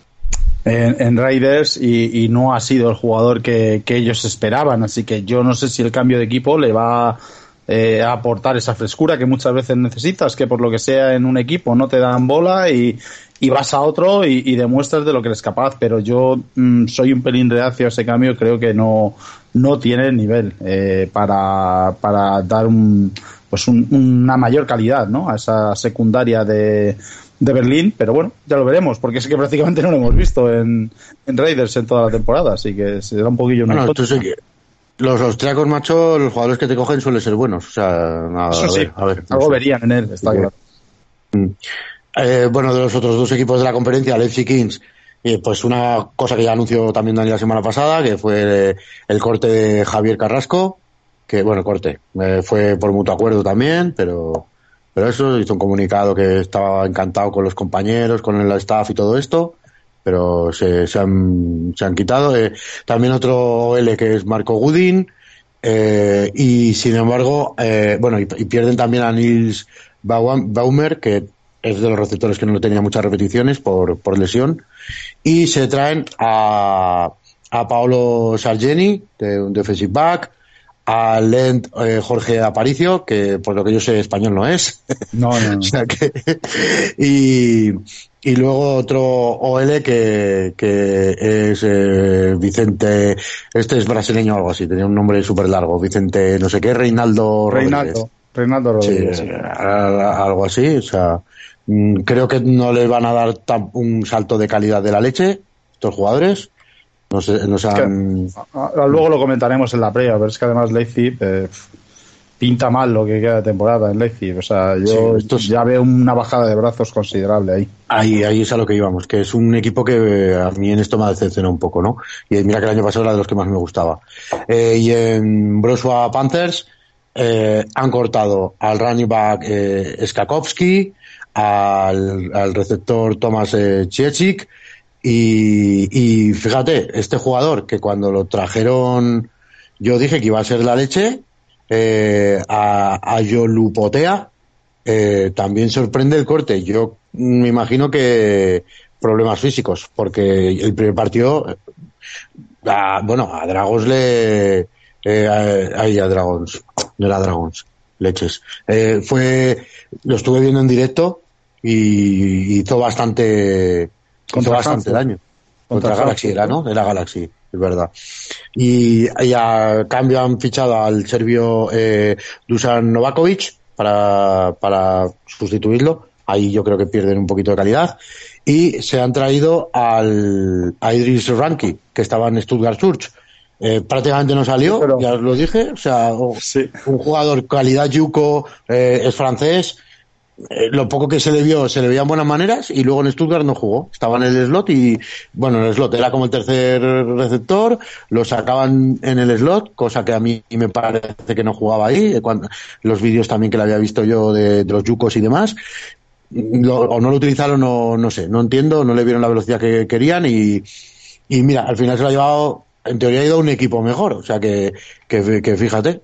Speaker 3: Raiders y no ha sido el jugador que ellos esperaban, así que yo no sé si el cambio de equipo le va a aportar esa frescura que muchas veces necesitas, que por lo que sea en un equipo no te dan bola y vas a otro y demuestras de lo que eres capaz, pero yo soy un pelín reacio a ese cambio. Creo que no tiene el nivel para dar una mayor calidad, ¿no?, a esa secundaria de Berlín, pero bueno, ya lo veremos, porque es que prácticamente no lo hemos visto en Raiders en toda la temporada, así que será un poquillo una
Speaker 2: los austriacos, macho, los jugadores que te cogen suelen ser buenos, o sea, nada,
Speaker 3: eso sí, algo verían en él, está claro.
Speaker 2: Bueno, de los otros dos equipos de la conferencia, Leipzig Kings, pues una cosa que ya anunció también Dani la semana pasada, que fue el corte de Javier Carrasco, que bueno, fue por mutuo acuerdo también, pero eso, hizo un comunicado que estaba encantado con los compañeros, con el staff y todo esto, pero se han quitado. También otro OL, que es Marco Gudin, Y sin embargo, y pierden también a Nils Baumer, que es de los receptores que no tenía muchas repeticiones por lesión, y se traen a Paolo Sargeni, un defensive back, a Lent Jorge Aparicio, que por lo que yo sé español no es.
Speaker 3: No.
Speaker 2: O sea que, y luego otro OL que es Vicente, este es brasileño o algo así, tenía un nombre súper largo, Vicente no sé qué, Reinaldo
Speaker 3: Rodríguez.
Speaker 2: Sí, algo así, o sea, creo que no les van a dar un salto de calidad de la leche estos jugadores.
Speaker 3: Luego lo comentaremos en la previa, pero es que además Leipzig pinta mal lo que queda de temporada en Leipzig. O sea, yo ya veo una bajada de brazos considerable ahí.
Speaker 2: Ahí es a lo que íbamos, que es un equipo que a mí en esto me decepciona un poco, ¿no? Y mira que el año pasado era de los que más me gustaba. Y en Brosua Panthers han cortado al running back Skakowski, al receptor Tomas Chiechik, y fíjate, este jugador que cuando lo trajeron yo dije que iba a ser la leche, a Yolupotea, también sorprende el corte. Yo me imagino que problemas físicos, porque el primer partido a Dragons a Dragons, no era Dragons, leches. Lo estuve viendo en directo y hizo bastante daño. Contra Galaxy era, ¿no? Era Galaxy, es verdad. Y a cambio han fichado al serbio Dusan Novakovic para sustituirlo. Ahí yo creo que pierden un poquito de calidad. Y se han traído a Idris Ranki, que estaba en Stuttgart Surge. Prácticamente no salió, sí, pero ya os lo dije. O sea, sí, un jugador calidad Yuko, es francés. Lo poco que se le veían buenas maneras, y luego en Stuttgart no jugó, estaba en el slot y bueno, el slot era como el tercer receptor, lo sacaban en el slot, cosa que a mí me parece que no jugaba ahí, los vídeos también que le había visto yo de los yucos y demás, o no lo utilizaron, no sé, no entiendo, no le vieron la velocidad que querían y mira, al final se lo ha llevado, en teoría ha ido a un equipo mejor, o sea que fíjate,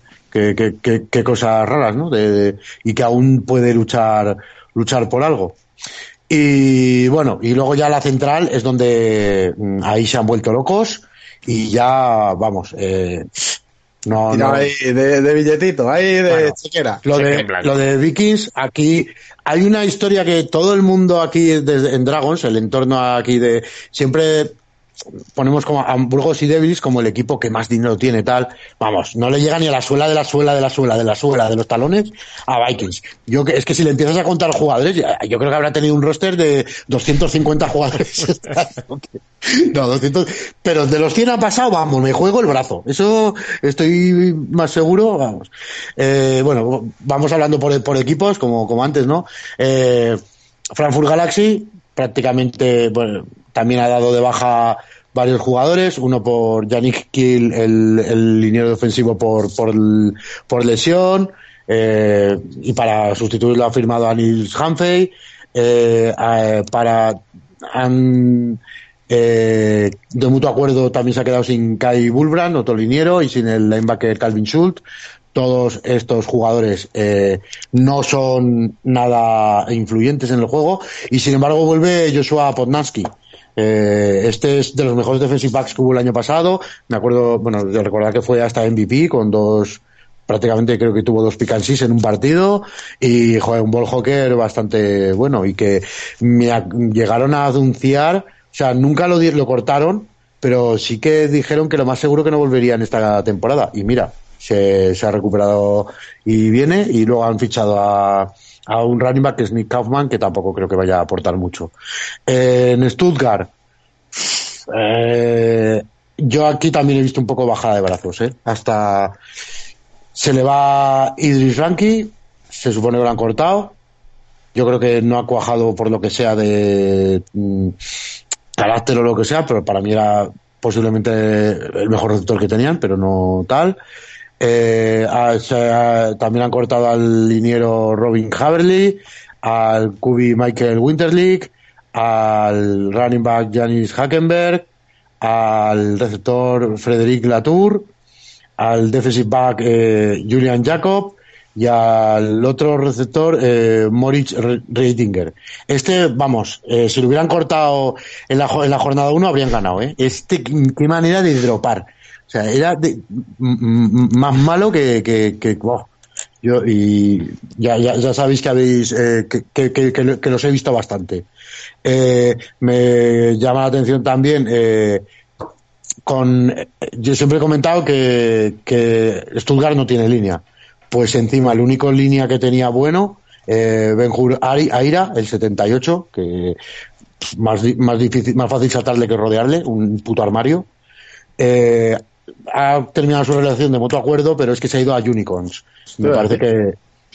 Speaker 2: qué cosas raras, ¿no? Y que aún puede luchar por algo. Y bueno, y luego ya la central es donde ahí se han vuelto locos y ya, vamos,
Speaker 3: ahí de billetito, ahí de chequera.
Speaker 2: Lo de Vikings, aquí hay una historia que todo el mundo aquí en Dragons, el entorno aquí siempre ponemos como a Burgos y Devils como el equipo que más dinero tiene, tal, vamos, no le llega ni a la suela de los talones a Vikings. Es que si le empiezas a contar jugadores, yo creo que habrá tenido un roster de 250 jugadores. No, 200, pero de los 100 ha pasado, vamos, me juego el brazo, eso estoy más seguro, vamos. Bueno, vamos hablando por equipos, como antes, ¿no? Frankfurt Galaxy prácticamente, bueno, también ha dado de baja varios jugadores, uno por Yannick Kiel, el liniero defensivo por lesión, y para sustituirlo ha firmado a Nils Hanfey, de mutuo acuerdo también se ha quedado sin Kai Bulbrand, otro liniero, y sin el linebacker Calvin Schultz. Todos estos jugadores no son nada influyentes en el juego, y sin embargo vuelve Joshua Podnansky. Este es de los mejores defensive backs que hubo el año pasado. Me acuerdo, bueno, de recordar que fue hasta MVP con prácticamente creo que tuvo 2 pick and six en un partido, y joder, un ball hawker bastante bueno, y que llegaron a anunciar, o sea, nunca lo cortaron, pero sí que dijeron que lo más seguro que no volvería en esta temporada, y mira, se ha recuperado y viene, y luego han fichado a un running back que es Nick Kaufman, que tampoco creo que vaya a aportar mucho. En Stuttgart, yo aquí también he visto un poco bajada de brazos, hasta se le va Idris Ranki, se supone que lo han cortado, yo creo que no ha cuajado por lo que sea de carácter o lo que sea, pero para mí era posiblemente el mejor receptor que tenían, pero no tal. También han cortado al liniero Robin Haverly, al QB Michael Winterlich, al running back Janis Hackenberg, al receptor Frederic Latour, al defensive back Julian Jacob y al otro receptor Moritz Reitinger. Vamos, si lo hubieran cortado en la jornada 1 habrían ganado, ¿eh? Qué manera de dropar. O sea, era más malo que wow. Yo, y ya sabéis que habéis que los he visto bastante. Me llama la atención también yo siempre he comentado que Stuttgart no tiene línea. Pues encima el único línea que tenía bueno, Ben-Hur Aira, el 78, que más difícil, más fácil saltarle que rodearle, un puto armario. Ha terminado su relación de mutuo acuerdo, pero es que se ha ido a Unicorns. Me parece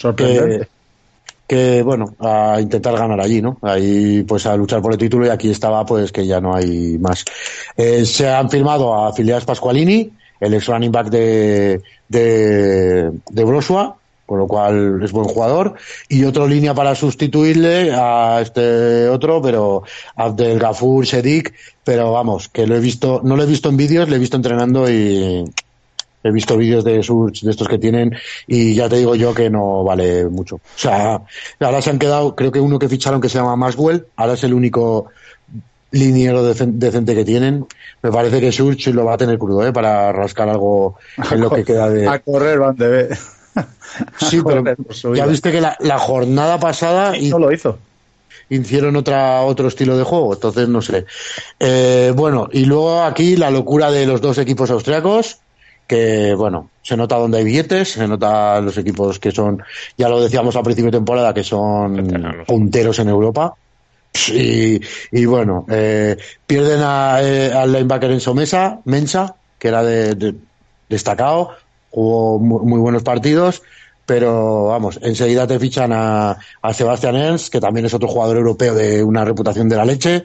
Speaker 2: que bueno, a intentar ganar allí, ¿no? Ahí pues a luchar por el título, y aquí estaba pues que ya no hay más. Se han firmado a Phileas Pasqualini, el ex running back de Brossua, con lo cual es buen jugador, y otro línea para sustituirle a este otro, pero Abdel Gafur Sedik, pero vamos, que no lo he visto en vídeos, le he visto entrenando y he visto vídeos de estos que tienen, y ya te digo yo que no vale mucho. O sea, ahora se han quedado, creo que uno que ficharon que se llama Maxwell, ahora es el único liniero decente que tienen. Me parece que Surge lo va a tener crudo, para rascar algo en lo que queda de...
Speaker 3: A correr van de ver.
Speaker 2: Sí, pero ya viste que la jornada pasada
Speaker 3: no lo hizo.
Speaker 2: Hicieron otro estilo de juego, entonces no sé. Bueno, y luego aquí la locura de los dos equipos austriacos, que bueno, se nota donde hay billetes, se nota los equipos que son, ya lo decíamos al principio de temporada, que son punteros en Europa. Y bueno, pierden al linebacker Enzo Mensa, que era destacado, jugó muy buenos partidos, pero vamos, enseguida te fichan a Sebastian Ernst, que también es otro jugador europeo de una reputación de la leche.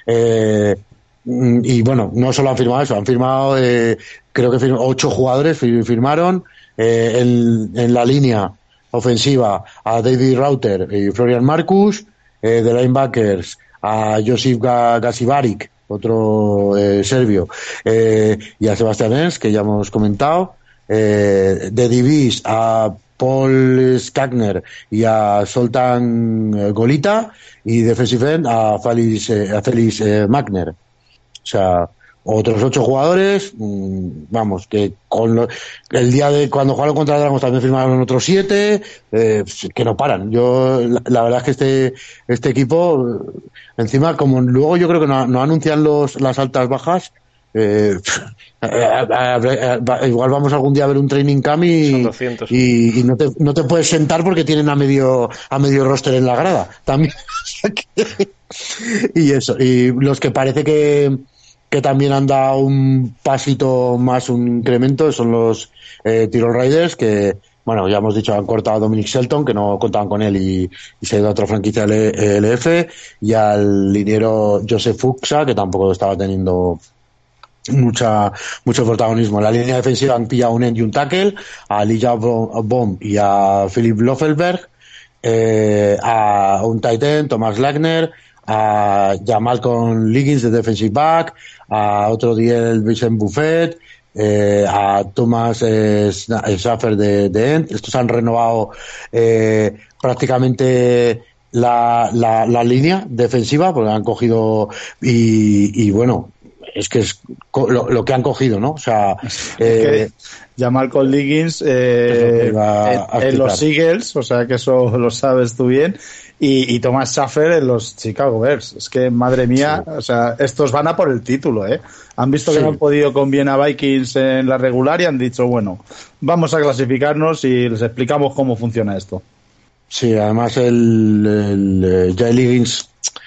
Speaker 2: Y bueno, no solo han firmado eso, han firmado, creo que 8 jugadores firmaron en la línea ofensiva a David Rauter y Florian Marcus, de linebackers a Josip Gasivarik, otro serbio, y a Sebastian Ernst, que ya hemos comentado, de DBs a Paul Skagner y a Soltan Golita, y defensive end a Felix Magner. O sea, otros 8 jugadores, vamos, que el día de cuando jugaron contra Dragons también firmaron otros 7, que no paran. Yo, la verdad es que este equipo, encima, como luego yo creo que no anuncian las altas bajas, igual vamos algún día a ver un training camp y no te puedes sentar porque tienen a medio roster en la grada también. Y eso, y los que parece que también han dado un pasito más, un incremento, son los Tyrol Raiders, que bueno, ya hemos dicho, han cortado a Dominic Shelton, que no contaban con él, y se ha ido a otra franquicia LF, y al liniero Joseph Fuchsa, que tampoco estaba teniendo mucho protagonismo. En la línea defensiva han pillado un end y un tackle, a Elijah Baum y a Philip Lofelberg, a un tight end, Thomas Lagner, a Jamal con Liggins de defensive back, a otro DL Vincent Buffett, a Thomas Schaffer de end. Estos han renovado prácticamente la línea defensiva, porque han cogido y bueno, es que es lo que han cogido, ¿no? O sea,
Speaker 3: Jamal con Liggins en los Eagles, o sea que eso lo sabes tú bien, y Thomas Schaffer en los Chicago Bears. Es que, madre mía, sí. O sea, estos van a por el título, ¿eh? Han visto que no han podido con Viena Vikings en la regular y han dicho, bueno, vamos a clasificarnos y les explicamos cómo funciona esto.
Speaker 2: Sí, además el Jay Liggins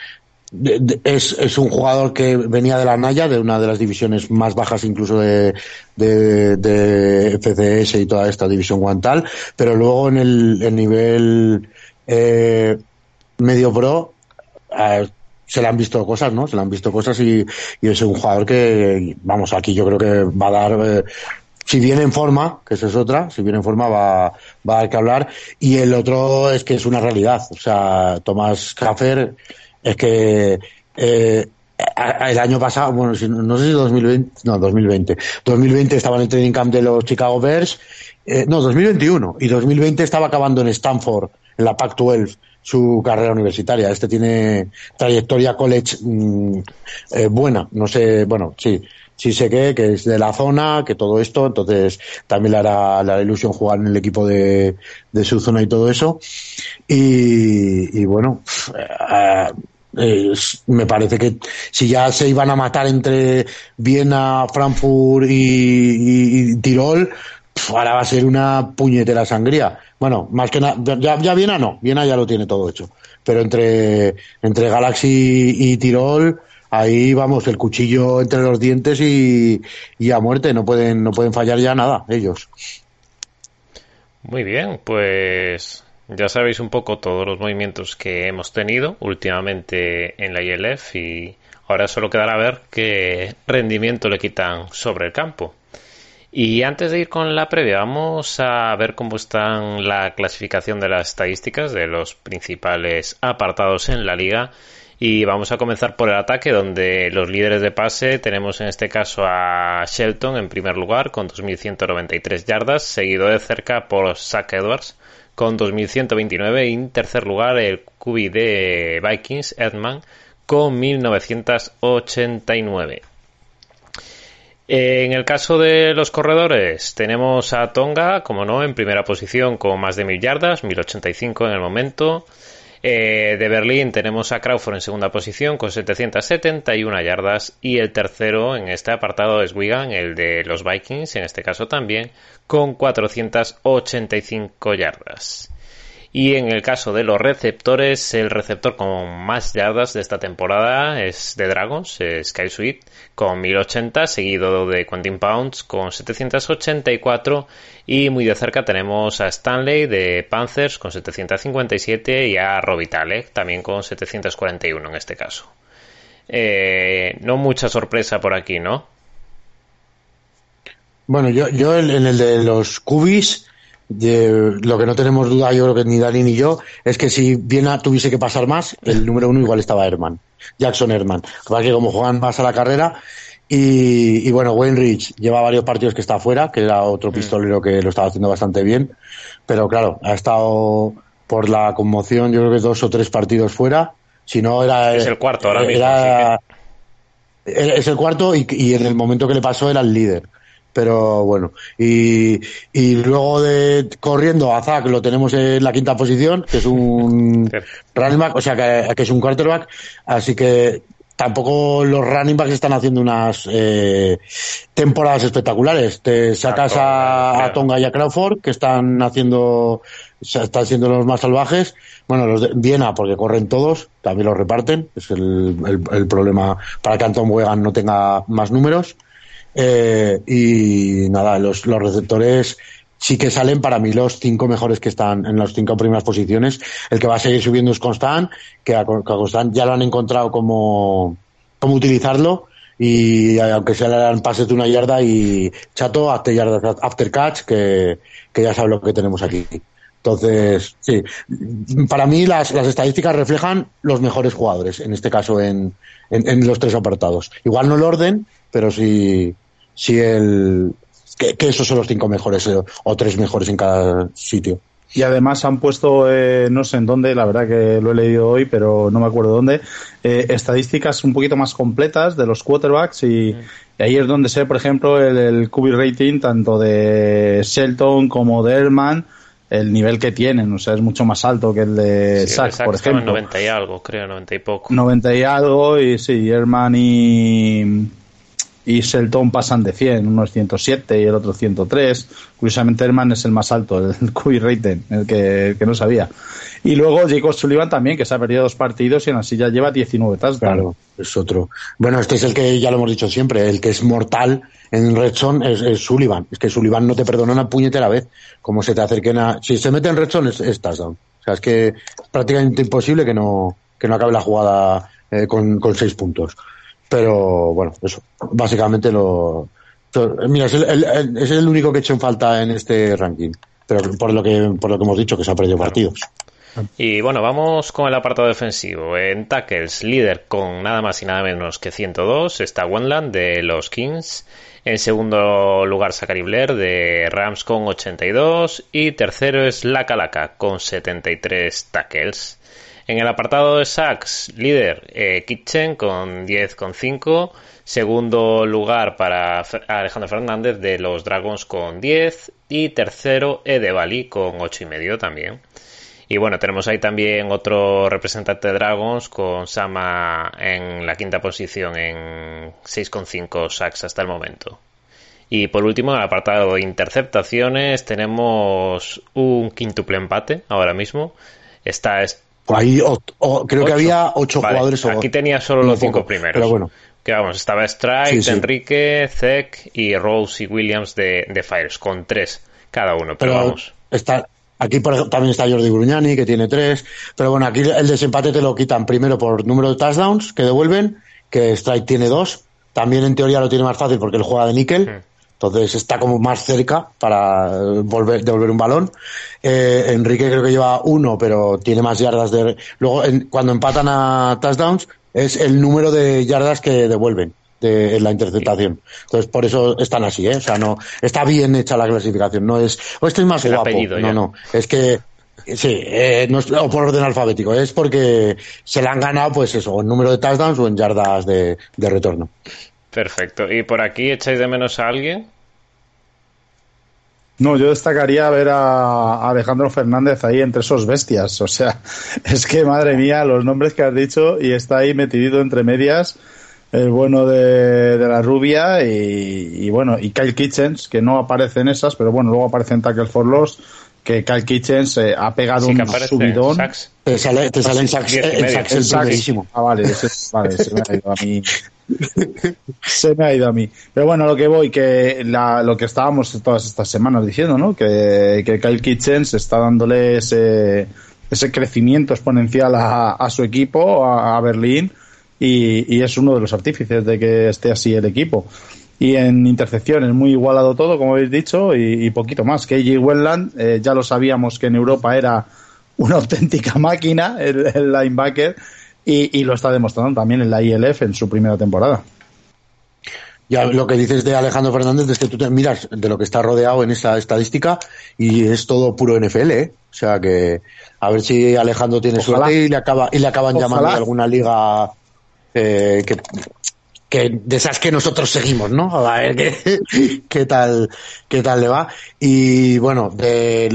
Speaker 2: es un jugador que venía de la Naya, de una de las divisiones más bajas incluso de FCS y toda esta división guantal, pero luego en el nivel medio pro se le han visto cosas, ¿no? Se le han visto cosas y es un jugador que, vamos, aquí yo creo que va a dar, si viene en forma, que esa es otra, si viene en forma va a dar que hablar, y el otro es que es una realidad. O sea, Thomas Schaffer es que El año pasado, bueno, no sé si 2020. 2020 estaba en el training camp de los Chicago Bears. 2021. Y 2020 estaba acabando en Stanford, en la Pac-12, su carrera universitaria. Este tiene trayectoria college buena. No sé, bueno, sí sé que es de la zona, que todo esto, entonces también le hará ilusión jugar en el equipo de su zona y todo eso. Y bueno, me parece que si ya se iban a matar entre Viena, Frankfurt y Tirol, ahora va a ser una puñetera sangría. Bueno, más que nada, ya Viena no, Viena ya lo tiene todo hecho, pero entre Galaxy y Tirol, ahí vamos, el cuchillo entre los dientes y a muerte, no pueden fallar ya nada ellos.
Speaker 1: Muy bien, pues ya sabéis un poco todos los movimientos que hemos tenido últimamente en la ILF y ahora solo quedará ver qué rendimiento le quitan sobre el campo. Y antes de ir con la previa, vamos a ver cómo están la clasificación de las estadísticas de los principales apartados en la liga. Y vamos a comenzar por el ataque, donde los líderes de pase tenemos en este caso a Shelton en primer lugar con 2.193 yardas, seguido de cerca por Zach Edwards con 2.129 y en tercer lugar el QB de Vikings, Edman, con 1.989. En el caso de los corredores tenemos a Tonga, como no, en primera posición con más de 1.000 yardas, 1.085 en el momento. De Berlín tenemos a Crawford en segunda posición con 771 yardas y el tercero en este apartado es Wigan, el de los Vikings, en este caso también, con 485 yardas. Y en el caso de los receptores, el receptor con más yardas de esta temporada es de Dragons, Sky Sweet, con 1080, seguido de Quentin Pounds con 784 y muy de cerca tenemos a Stanley de Panthers con 757 y a Robitalek también con 741 en este caso. No mucha sorpresa por aquí, ¿no?
Speaker 2: Bueno, yo en el de los QBs, lo que no tenemos duda, yo creo que ni Dani ni yo, es que si Viena tuviese que pasar más, el número uno igual estaba Jackson Ehrman, que como juegan más a la carrera. Y bueno, Wayne Rich lleva varios partidos que está fuera, que era otro pistolero que lo estaba haciendo bastante bien, pero claro, ha estado por la conmoción, yo creo que 2 o 3 partidos fuera. Si no era,
Speaker 1: es el cuarto ahora mismo,
Speaker 2: es el cuarto y en el momento que le pasó era el líder. Pero bueno, y luego de corriendo a Zach lo tenemos en la quinta posición, que es un running back, o sea que es un quarterback, así que tampoco los running backs están haciendo unas temporadas espectaculares. Te sacas a Tonga y a Crawford, que están siendo los más salvajes. Bueno, los de Viena, porque corren todos, también los reparten, es el problema para que Anton Wegan no tenga más números. Y nada, los receptores sí que salen para mí los 5 mejores que están en las 5 primeras posiciones. El que va a seguir subiendo es Constant, que a Constant ya lo han encontrado cómo utilizarlo, y aunque sea le dan pases de 1 yarda y chato, after catch, que ya sabe lo que tenemos aquí. Entonces, sí, para mí las estadísticas reflejan los mejores jugadores, en este caso en los 3 apartados. Igual no el orden, pero sí que esos son los 5 mejores o 3 mejores en cada sitio.
Speaker 3: Y además han puesto, no sé en dónde, la verdad que lo he leído hoy, pero no me acuerdo dónde, estadísticas un poquito más completas de los quarterbacks y ahí es donde sé, por ejemplo, el QB rating tanto de Shelton como de Ehrman, el nivel que tienen, o sea, es mucho más alto que el de Zach, por ejemplo.
Speaker 1: 90 y algo, creo, 90 y poco.
Speaker 3: 90 y algo, y sí, Ehrman y Shelton pasan de 100, uno es 107 y el otro 103. Curiosamente Ehrman es el más alto, el QB rating, el que no sabía. Y luego Jacob Sullivan también, que se ha perdido 2 partidos y en así ya lleva 19 touchdowns.
Speaker 2: Claro, es otro. Bueno, este es el que ya lo hemos dicho siempre, el que es mortal en Red Zone es Sullivan. Es que Sullivan no te perdona una puñetera vez. Como se te acerquen si se mete en Red Zone es touchdown. O sea, es que es prácticamente imposible que no acabe la jugada con 6 puntos. Pero bueno, eso, básicamente mira, es el único que he hecho en falta en este ranking, pero por lo que hemos dicho, que se ha perdido partidos.
Speaker 1: Y bueno, vamos con el apartado defensivo. En tackles, líder con nada más y nada menos que 102 está Wendland de los Kings. En segundo lugar, Zachary Blair de Rams con 82. Y tercero es Laka Laka con 73 tackles. En el apartado de sacks, líder Kitchen con 10,5. Segundo lugar para Alejandro Fernández de los Dragons con 10. Y tercero Edebali con 8,5 también. Y bueno, tenemos ahí también otro representante de Dragons con Sama en la quinta posición en 6,5 sacks hasta el momento. Y por último, en el apartado de interceptaciones tenemos un quíntuple empate ahora mismo.
Speaker 2: Ahí creo que había 8 jugadores.
Speaker 1: Aquí tenía solo los 5 primeros.
Speaker 2: Pero bueno.
Speaker 1: Que vamos, estaba Strike, sí. Enrique, Zek y Rose y Williams de Fires con 3 cada uno. Pero vamos.
Speaker 2: Aquí, por ejemplo, también está Jordi Gruñani, que tiene 3. Pero bueno, aquí el desempate te lo quitan primero por número de touchdowns que devuelven, que Strike tiene 2. También en teoría lo tiene más fácil porque él juega de níquel. Entonces está como más cerca para devolver un balón. Enrique creo que lleva 1, pero tiene más yardas Luego, cuando empatan a touchdowns, es el número de yardas que devuelven en la interceptación. Entonces, por eso están así, ¿eh? O sea, no, está bien hecha la clasificación. No es, este es más guapo. No. Es que, sí, no es, o por orden alfabético. Es porque se le han ganado, pues eso, en número de touchdowns o en yardas de retorno.
Speaker 1: Perfecto. ¿Y por aquí echáis de menos a alguien?
Speaker 3: No, yo destacaría ver a Alejandro Fernández ahí entre esos bestias. O sea, es que, madre mía, los nombres que has dicho, y está ahí metido entre medias el bueno de la rubia y bueno, y Kyle Kitchens, que no aparece en esas, pero bueno, luego aparece en Tackle for Loss, que Kyle Kitchens ha pegado un subidón.
Speaker 2: Te sale en sacks el primerísimo.
Speaker 3: Vale, se me ha ido a mí. Se me ha ido a mí. Pero bueno, lo que voy, que lo que estábamos todas estas semanas diciendo, ¿no? Que Kyle Kitchens está dándole ese crecimiento exponencial a su equipo, a Berlín, y es uno de los artífices de que esté así el equipo. Y en intercepciones muy igualado todo, como habéis dicho, y poquito más. KJ Wendland, ya lo sabíamos que en Europa era una auténtica máquina el linebacker, y lo está demostrando también en la ILF en su primera temporada.
Speaker 2: Ya lo que dices de Alejandro Fernández es que tú te miras de lo que está rodeado en esta estadística y es todo puro NFL, ¿eh? O sea que a ver si Alejandro tiene suerte y le acaban llamando de alguna liga que de esas que nosotros seguimos, ¿no? A ver qué tal le va. Y bueno, de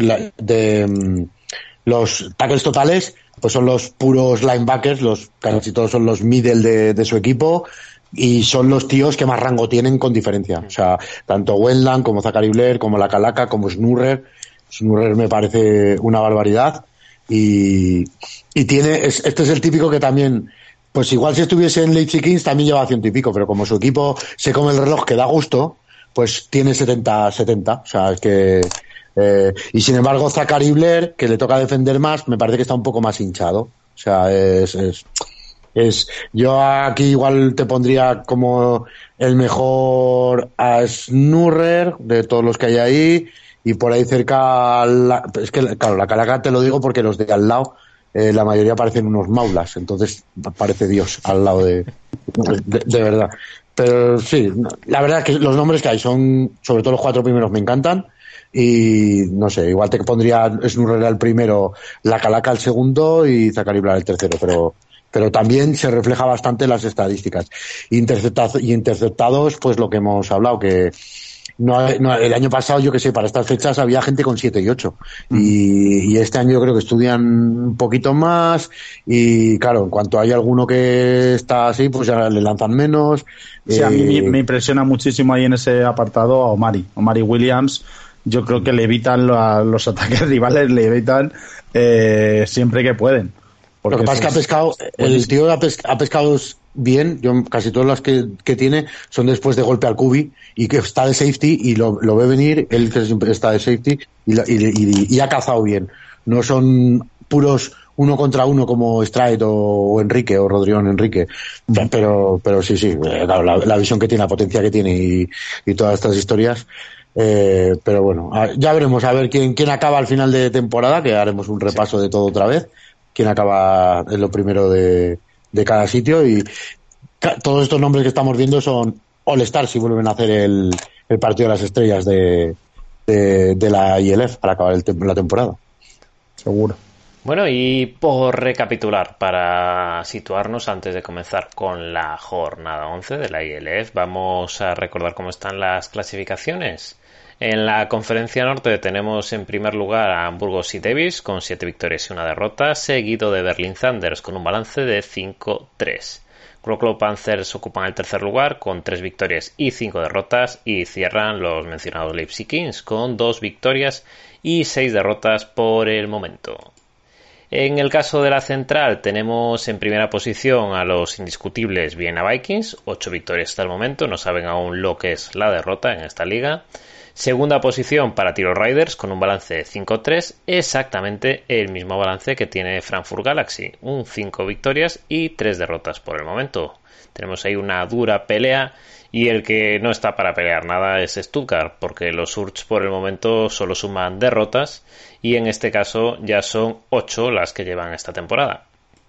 Speaker 2: los tackles totales, pues son los puros linebackers, casi todos son los middle de su equipo, y son los tíos que más rango tienen con diferencia. O sea, tanto Wendland como Zachary Blair, como Laka Laka, como Snurrer. Snurrer me parece una barbaridad. Y este es el típico que también, pues igual si estuviese en Leipzig Kings también lleva 100 y pico, pero como su equipo se come el reloj que da gusto, pues tiene 70. O sea, es que y sin embargo Zachary Blair, que le toca defender más, me parece que está un poco más hinchado. O sea, yo aquí igual te pondría como el mejor a Snurrer de todos los que hay ahí, y por ahí cerca es que claro, la Calaca te lo digo porque los de al lado la mayoría parecen unos maulas, entonces parece Dios al lado de verdad. Pero sí, la verdad es que los nombres que hay son, sobre todo los 4 primeros me encantan. Y no sé, igual te pondría Snurrer al primero, la Calaca al segundo y Zachary Blair al tercero, pero también se refleja bastante en las estadísticas. Interceptados, pues lo que hemos hablado, que no, el año pasado, yo que sé, para estas fechas había gente con 7 y 8. Y este año yo creo que estudian un poquito más, y claro, en cuanto hay alguno que está así, pues ya le lanzan menos.
Speaker 3: Sí, a mí me impresiona muchísimo ahí en ese apartado a Omari Williams. Yo creo que le evitan los ataques rivales, le evitan siempre que pueden.
Speaker 2: Lo que pasa es que ha pescado, el tío ha pescado bien. Yo casi todas las que tiene son después de golpe al cubi, y que está de safety y lo ve venir, él que siempre está de safety y ha cazado bien. No son puros 1 contra 1 como Stride o Enrique o Rodrigo Enrique, pero sí, claro, la visión que tiene, la potencia que tiene y todas estas historias. Pero bueno, ya veremos a ver quién acaba al final de temporada, que haremos un repaso de todo otra vez, quién acaba en lo primero de cada sitio, y todos estos nombres que estamos viendo son All-Star si vuelven a hacer el partido de las estrellas de la ILF para acabar la temporada.
Speaker 3: Seguro.
Speaker 1: Bueno, y por recapitular, para situarnos antes de comenzar con la jornada 11 de la ILF, vamos a recordar cómo están las clasificaciones. En la conferencia norte tenemos en primer lugar a Hamburgo Sea Devils con 7 victorias y 1 derrota, seguido de Berlin Thunders con un balance de 5-3. Wrocław Panthers ocupan el tercer lugar con 3 victorias y 5 derrotas, y cierran los mencionados Leipzig Kings con 2 victorias y 6 derrotas por el momento. En el caso de la central tenemos en primera posición a los indiscutibles Vienna Vikings, 8 victorias hasta el momento, no saben aún lo que es la derrota en esta liga. Segunda posición para Tiro Riders con un balance de 5-3, exactamente el mismo balance que tiene Frankfurt Galaxy, un 5 victorias y 3 derrotas por el momento. Tenemos ahí una dura pelea, y el que no está para pelear nada es Stuttgart, porque los Surge por el momento solo suman derrotas, y en este caso ya son 8 las que llevan esta temporada.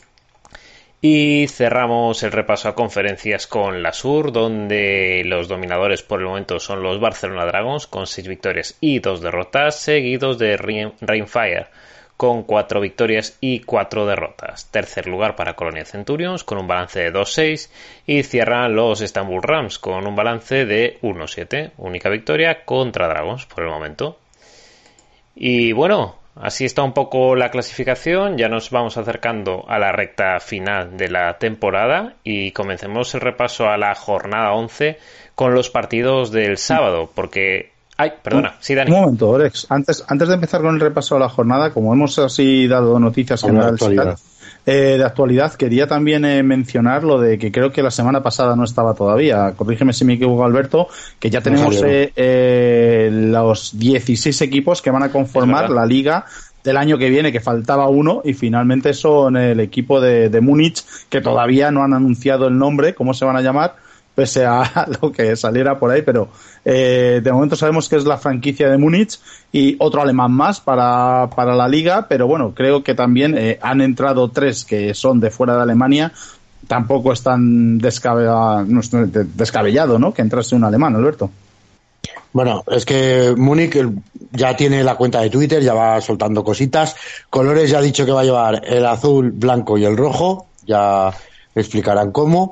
Speaker 1: Y cerramos el repaso a conferencias con la Sur, donde los dominadores por el momento son los Barcelona Dragons con 6 victorias y 2 derrotas, seguidos de Rainfire con 4 victorias y 4 derrotas. Tercer lugar para Colonia Centurions con un balance de 2-6, y cierran los Istanbul Rams con un balance de 1-7, única victoria contra Dragons por el momento. Y bueno, así está un poco la clasificación, ya nos vamos acercando a la recta final de la temporada y comencemos el repaso a la jornada 11 con los partidos del sábado, porque... Ay, perdona, sí, Dani.
Speaker 3: Un momento, Alex, antes de empezar con el repaso a la jornada, como hemos así dado noticias generales de actualidad, quería también mencionar lo de que creo que la semana pasada no estaba todavía, corrígeme si me equivoco, Alberto, que ya tenemos los 16 equipos que van a conformar la liga del año que viene, que faltaba uno, y finalmente son el equipo de Múnich, que todavía no han anunciado el nombre, cómo se van a llamar, pese a lo que saliera por ahí, pero de momento sabemos que es la franquicia de Múnich y otro alemán más para la liga, pero bueno, creo que también han entrado 3 que son de fuera de Alemania. Tampoco es tan descabellado, ¿no?, que entrase un alemán, Alberto.
Speaker 2: Bueno, es que Múnich ya tiene la cuenta de Twitter, ya va soltando cositas. Colores ya ha dicho que va a llevar el azul, blanco y el rojo, ya explicarán cómo.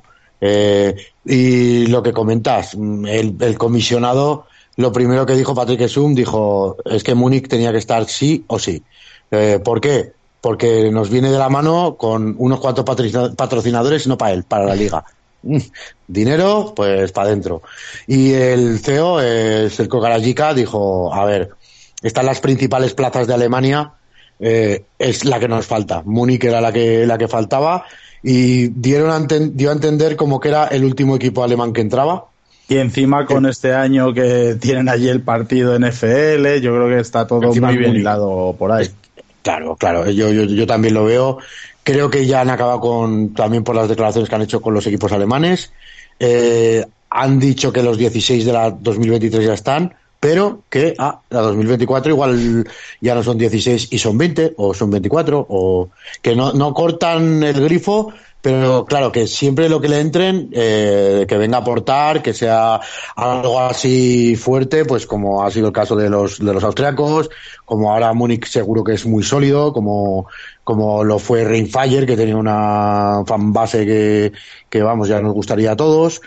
Speaker 2: Y lo que comentas, el comisionado, lo primero que dijo Patrick Sum, dijo, es que Múnich tenía que estar sí o sí. ¿Por qué? Porque nos viene de la mano con unos cuantos patrocinadores, no para él, para la liga. Dinero, pues para adentro. Y el CEO, Selko Garajica, dijo, a ver, están las principales plazas de Alemania, es la que nos falta. Múnich era la que faltaba, y dio a entender como que era el último equipo alemán que entraba.
Speaker 3: Y encima con este año que tienen allí el partido NFL, yo creo que está todo muy bien hilado por ahí.
Speaker 2: Claro, yo también lo veo. Creo que ya han acabado también por las declaraciones que han hecho con los equipos alemanes. Han dicho que los 16 de la 2023 ya están, pero que la 2024 igual ya no son 16 y son 20 o son 24, o que no cortan el grifo, pero claro, que siempre lo que le entren, que venga a aportar, que sea algo así fuerte, pues como ha sido el caso de los austriacos, como ahora Múnich seguro que es muy sólido, como lo fue Rainfire, que tenía una fanbase que vamos, ya nos gustaría a todos.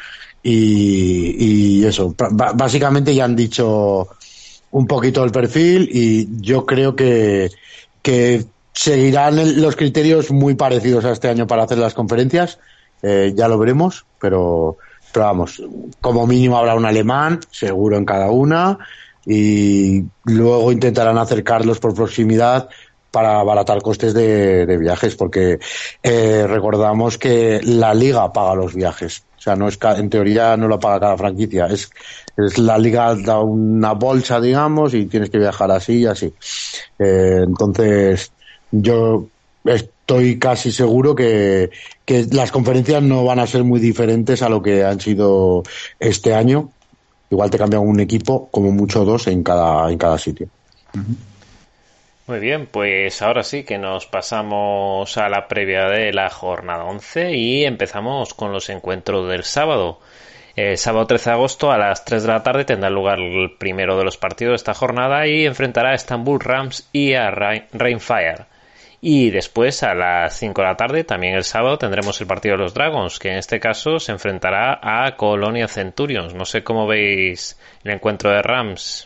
Speaker 2: Y eso, básicamente ya han dicho un poquito el perfil, y yo creo que seguirán los criterios muy parecidos a este año para hacer las conferencias. Ya lo veremos, pero vamos, como mínimo habrá un alemán seguro en cada una, y luego intentarán acercarlos por proximidad para abaratar costes de viajes, porque recordamos que la liga paga los viajes. O sea, no es, en teoría no lo paga cada franquicia. Es la liga da una bolsa, digamos, y tienes que viajar así y así. Entonces, yo estoy casi seguro que las conferencias no van a ser muy diferentes a lo que han sido este año. igual te cambian un equipo, como mucho 2 en cada sitio.
Speaker 1: Muy bien, pues ahora sí que nos pasamos a la previa de la jornada 11 y empezamos con los encuentros del sábado. El sábado 13 de agosto a las 3 de la tarde tendrá lugar el primero de los partidos de esta jornada y enfrentará a Istanbul Rams y a Rainfire. Y después a las 5 de la tarde, también el sábado, tendremos el partido de los Dragons, que en este caso se enfrentará a Colonia Centurions. No sé cómo veis el encuentro de Rams.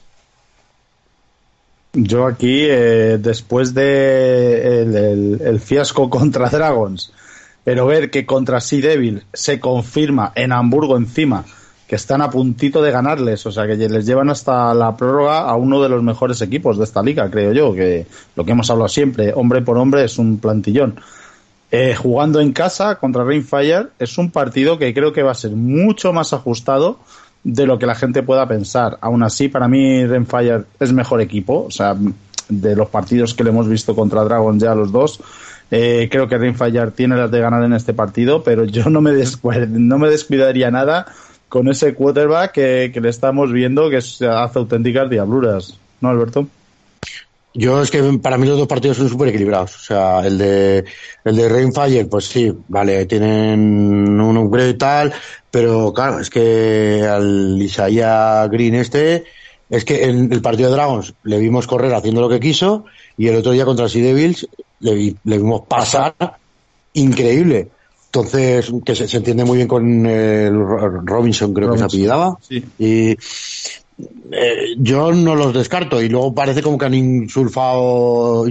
Speaker 3: Yo aquí, después de el fiasco contra Dragons, pero ver que contra Sea Devil se confirma en Hamburgo encima que están a puntito de ganarles, o sea que les llevan hasta la prórroga a uno de los mejores equipos de esta liga, creo yo, que lo que hemos hablado siempre, hombre por hombre, es un plantillón. Jugando en casa contra Rainfire es un partido que creo que va a ser mucho más ajustado de lo que la gente pueda pensar. Aún así, para mí Rainfire es mejor equipo, o sea, de los partidos que le hemos visto contra Dragon ya los dos, creo que Rainfire tiene las de ganar en este partido, pero yo no me descuidaría nada con ese quarterback que le estamos viendo que hace auténticas diabluras, ¿no, Alberto?
Speaker 2: Yo es que para mí los dos partidos son súper equilibrados. O sea, el de Rainfire, pues sí, vale, tienen un upgrade y tal, pero claro, es que al Isaiah Green es que en el partido de Dragons le vimos correr haciendo lo que quiso y el otro día contra Sea Devils le vimos pasar increíble. Entonces, que se entiende muy bien con el Robinson, creo que se apellidaba. Sí. Y yo no los descarto. Y luego parece como que han insuflado,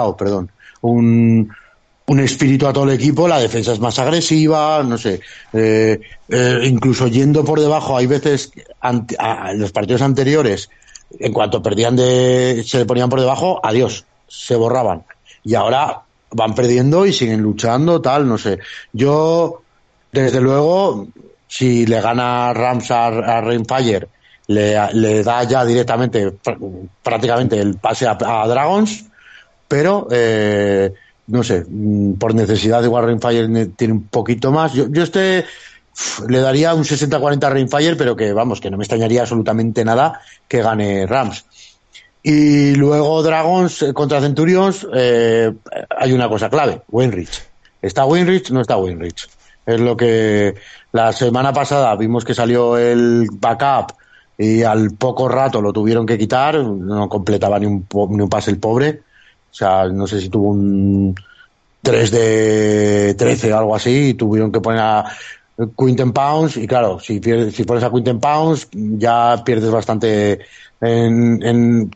Speaker 2: un espíritu a todo el equipo. La defensa es más agresiva, no sé. Incluso yendo por debajo, hay veces, en los partidos anteriores, en cuanto se le ponían por debajo, adiós, se borraban. Y ahora van perdiendo y siguen luchando, tal, no sé. Yo, desde luego, si le gana Rams a Rainfire, le da ya directamente, prácticamente, el pase a Dragons, pero, no sé, por necesidad igual Rainfire tiene un poquito más. Yo le daría un 60-40 a Rainfire, pero que, vamos, que no me extrañaría absolutamente nada que gane Rams. Y luego Dragons contra Centurions, hay una cosa clave, Wainwright. ¿Está Wainwright? No está Wainwright. Es lo que la semana pasada vimos que salió el backup y al poco rato lo tuvieron que quitar, no completaba ni un pase el pobre. O sea, no sé si tuvo un 3 de 13 o algo así y tuvieron que poner a Quinten Pounds y claro, si pones a Quinten Pounds ya pierdes bastante en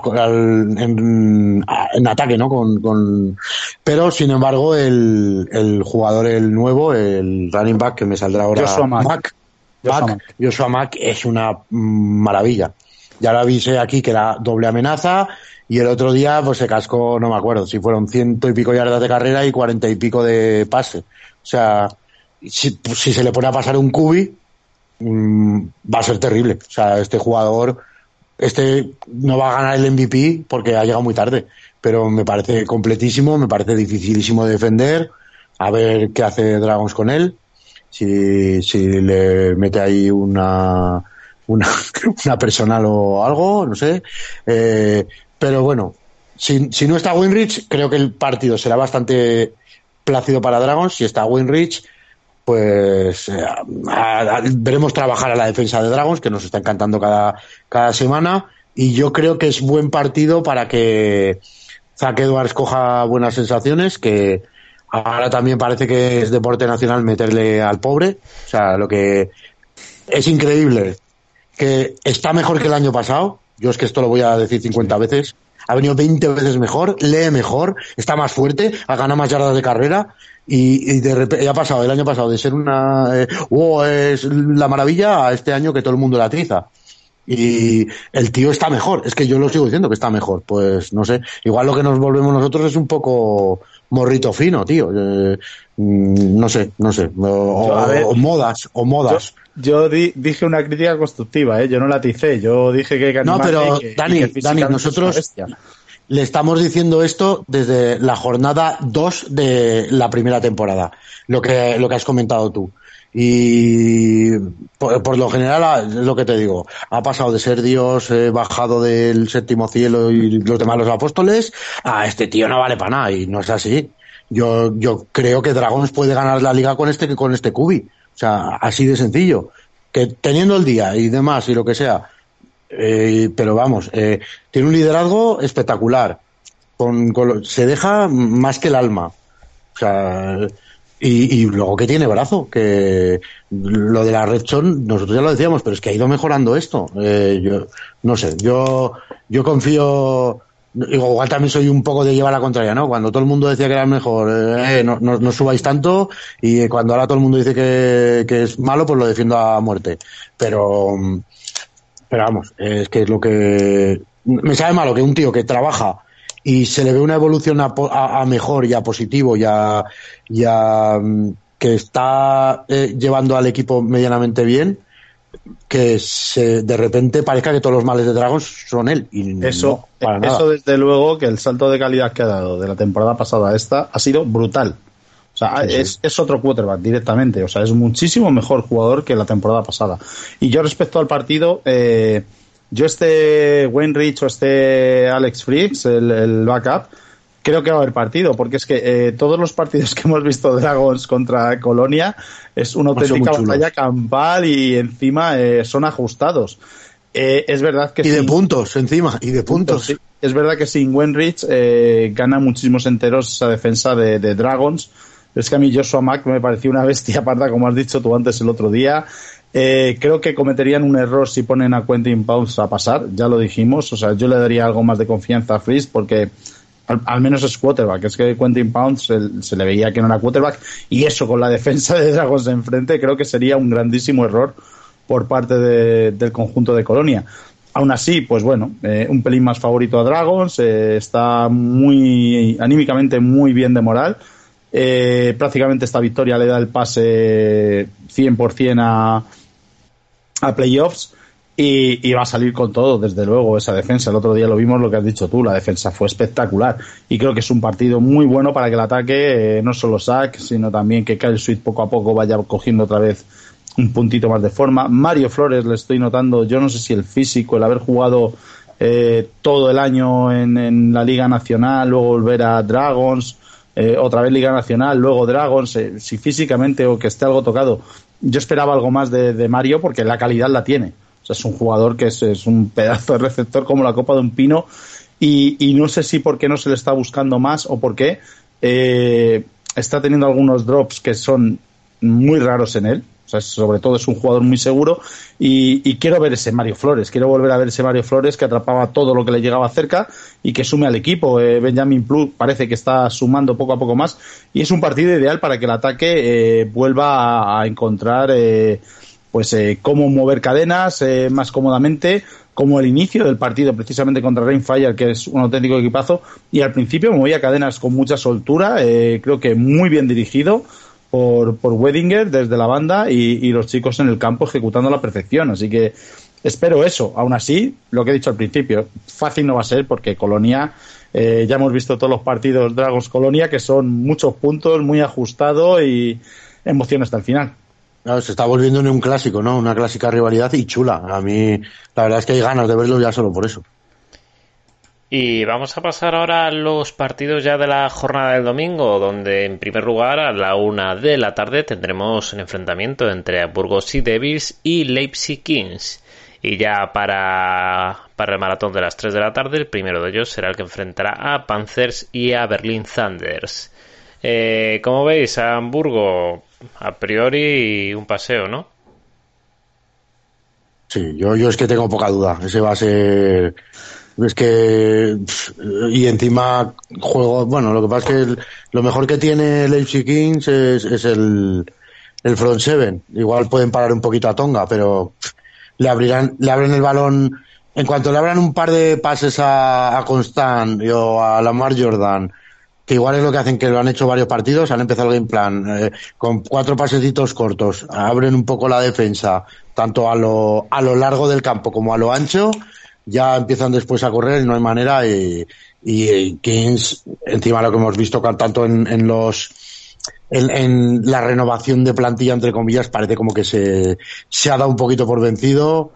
Speaker 2: ataque, ¿no? Pero sin embargo el jugador, el nuevo, el running back que me saldrá ahora, Joshua Mack es una maravilla. Ya lo avisé aquí que era doble amenaza y el otro día pues se cascó, no me acuerdo si fueron 100 y pico yardas de carrera y 40 y pico de pase. O sea, si se le pone a pasar un cubi va a ser terrible. O sea, este jugador no va a ganar el MVP porque ha llegado muy tarde, pero me parece completísimo, me parece dificilísimo de defender. A ver qué hace Dragons con él, si le mete ahí una personal o algo, no sé. Pero bueno, si no está Wainwright, creo que el partido será bastante plácido para Dragons. Si está Wainwright, pues veremos trabajar a la defensa de Dragons, que nos está encantando cada semana, y yo creo que es buen partido para que Zach Edwards coja buenas sensaciones, que ahora también parece que es deporte nacional meterle al pobre. O sea, lo que es increíble, que está mejor que el año pasado. Yo es que esto lo voy a decir 50 veces. Ha venido 20 veces mejor, lee mejor, está más fuerte, ha ganado más yardas de carrera y de repente ha pasado el año pasado de ser es la maravilla a este año que todo el mundo la triza. Y el tío está mejor, es que yo lo sigo diciendo que está mejor. Pues no sé, igual lo que nos volvemos nosotros es un poco morrito fino, tío. No sé. O modas.
Speaker 3: Yo dije una crítica constructiva, yo no la aticé, yo dije que
Speaker 2: no, pero Dani, nosotros le estamos diciendo esto desde la jornada 2 de la primera temporada, lo que has comentado tú. Y por lo general, es lo que te digo, ha pasado de ser Dios bajado del séptimo cielo y los demás los apóstoles, a este tío no vale para nada, y no es así. Yo creo que Dragons puede ganar la liga con este Kubi. O sea, así de sencillo. Que teniendo el día y demás y lo que sea, pero vamos, tiene un liderazgo espectacular. Se deja más que el alma. O sea, y luego que tiene brazo, que lo de la Red Son, nosotros ya lo decíamos, pero es que ha ido mejorando esto. Yo no sé, yo confío. Igual también soy un poco de llevar la contraria, ¿no? Cuando todo el mundo decía que era el mejor, no subáis tanto, y cuando ahora todo el mundo dice que es malo, pues lo defiendo a muerte. Pero vamos, es que es lo que me sabe malo, que un tío que trabaja y se le ve una evolución a mejor y a positivo y a que está llevando al equipo medianamente bien, que de repente parezca que todos los males de Dragons son él. Y
Speaker 3: eso,
Speaker 2: no, para nada.
Speaker 3: Eso desde luego, que el salto de calidad que ha dado de la temporada pasada a esta ha sido brutal. O sea, sí. Es otro quarterback directamente. O sea, es muchísimo mejor jugador que la temporada pasada. Y yo respecto al partido, yo Weinrich o Alex Fricks, el backup, creo que va a haber partido, porque es que todos los partidos que hemos visto Dragons contra Colonia es una auténtica batalla campal y encima son ajustados. Es verdad que
Speaker 2: y de puntos encima, y de puntos.
Speaker 3: Sí. Es verdad que sin Weinrich gana muchísimos enteros esa defensa de Dragons. Pero es que a mí Joshua Mack me pareció una bestia parda, como has dicho tú antes el otro día. Creo que cometerían un error si ponen a Quentin Pounce a pasar, ya lo dijimos. O sea, yo le daría algo más de confianza a Freeze, porque al menos es quarterback. Es que Quentin Pounce se le veía que no era quarterback, y eso con la defensa de Dragons enfrente creo que sería un grandísimo error por parte del conjunto de Colonia. Aún así, pues bueno, un pelín más favorito a Dragons, está anímicamente muy bien de moral. Prácticamente esta victoria le da el pase 100% a playoffs. Y va a salir con todo, desde luego, esa defensa. El otro día lo vimos, lo que has dicho tú, la defensa fue espectacular. Y creo que es un partido muy bueno para que el ataque, no solo Zach, sino también que Kyle Sweet poco a poco vaya cogiendo otra vez un puntito más de forma. Mario Flores le estoy notando, yo no sé si el físico, el haber jugado todo el año en la Liga Nacional, luego volver a Dragons, otra vez Liga Nacional, luego Dragons, si físicamente o que esté algo tocado. Yo esperaba algo más de Mario, porque la calidad la tiene. O sea, es un jugador que es un pedazo de receptor como la copa de un pino, y no sé si por qué no se le está buscando más o por qué está teniendo algunos drops que son muy raros en él. O sea, sobre todo es un jugador muy seguro, y quiero ver ese Mario Flores, quiero volver a ver ese Mario Flores que atrapaba todo lo que le llegaba cerca y que sume al equipo. Benjamin Plus parece que está sumando poco a poco más, y es un partido ideal para que el ataque vuelva a encontrar cómo mover cadenas más cómodamente, como el inicio del partido precisamente contra Rainfire, que es un auténtico equipazo, y al principio movía cadenas con mucha soltura, creo que muy bien dirigido por Wedinger desde la banda, y los chicos en el campo ejecutando a la perfección. Así que espero eso. Aún así, lo que he dicho al principio, fácil no va a ser, porque Colonia, ya hemos visto todos los partidos Dragons Colonia, que son muchos puntos, muy ajustado y emoción hasta el final.
Speaker 2: Claro, se está volviendo en un clásico, ¿no? Una clásica rivalidad y chula. A mí la verdad es que hay ganas de verlo ya solo por eso.
Speaker 1: Y vamos a pasar ahora a los partidos ya de la jornada del domingo, donde en primer lugar a la 1 de la tarde tendremos el enfrentamiento entre Hamburgo Sea Devils y Leipzig Kings. Y ya para el maratón de las 3 de la tarde, el primero de ellos será el que enfrentará a Panthers y a Berlin Thunders. ¿Cómo veis a Hamburgo? A priori un paseo, ¿no?
Speaker 2: Sí, yo es que tengo poca duda. Ese va a ser... Es que... Y encima juego... Bueno, lo que pasa es que lo mejor que tiene Leipzig Kings es el front seven. Igual pueden parar un poquito a Tonga, pero le abren el balón. En cuanto le abran un par de pases a Constant o a Lamar Jordan, que igual es lo que hacen, que lo han hecho varios partidos, han empezado el game plan con 4 pasecitos cortos, abren un poco la defensa, tanto a lo largo del campo como a lo ancho, ya empiezan después a correr y no hay manera, y Kings, encima lo que hemos visto tanto en los en la renovación de plantilla, entre comillas, parece como que se ha dado un poquito por vencido.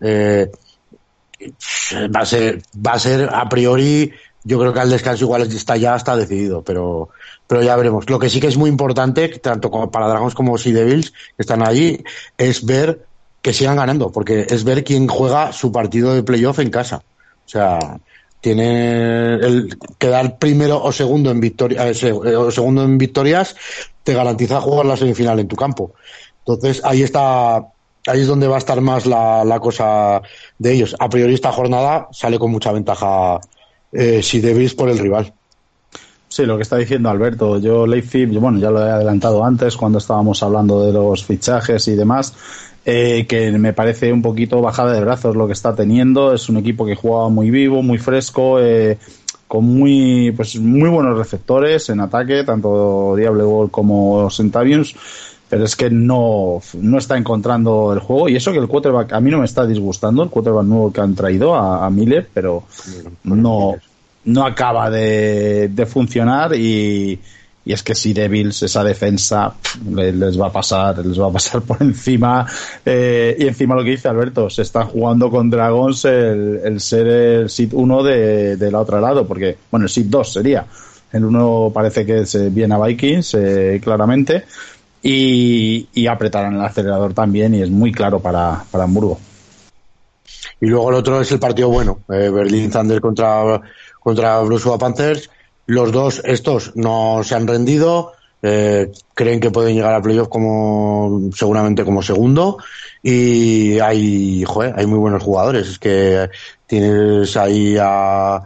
Speaker 2: Va a ser a priori, yo creo que al descanso igual está decidido, pero ya veremos. Lo que sí que es muy importante, tanto para Dragons como Sea Devils, que están allí, es ver que sigan ganando, porque es ver quién juega su partido de playoff en casa. O sea, tiene el quedar primero o segundo en victorias te garantiza jugar la semifinal en tu campo. Entonces ahí es donde va a estar más la cosa de ellos. A priori esta jornada sale con mucha ventaja Sea Devils por el rival.
Speaker 3: Sí, lo que está diciendo Alberto. Yo Leipzig, ya lo he adelantado antes cuando estábamos hablando de los fichajes y demás, que me parece un poquito bajada de brazos lo que está teniendo. Es un equipo que juega muy vivo, muy fresco, con muy buenos receptores en ataque, tanto Diable Ball como Centavius, pero es que no está encontrando el juego, y eso que el quarterback a mí no me está disgustando, el quarterback nuevo que han traído a Miller, pero no acaba de funcionar, y es que si Devils, esa defensa les va a pasar por encima, y encima lo que dice Alberto, se están jugando con Dragons el ser el seed 1 de la otra lado, porque el seed 2 sería, el 1 parece que es Viena Vikings, claramente, y apretarán el acelerador también, y es muy claro para Hamburgo.
Speaker 2: Y luego el otro es el partido bueno, Berlin Thunder contra Brusua Panthers. Los dos estos no se han rendido, creen que pueden llegar a playoff seguramente como segundo, y hay muy buenos jugadores. Es que tienes ahí a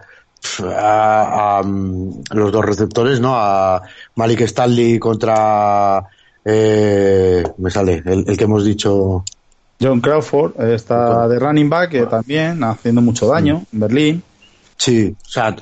Speaker 2: los dos receptores, ¿no? A Malik Stanley contra me sale el que hemos dicho,
Speaker 3: John Crawford, está de running back, también haciendo mucho daño en Berlín.
Speaker 2: Sí, o sea,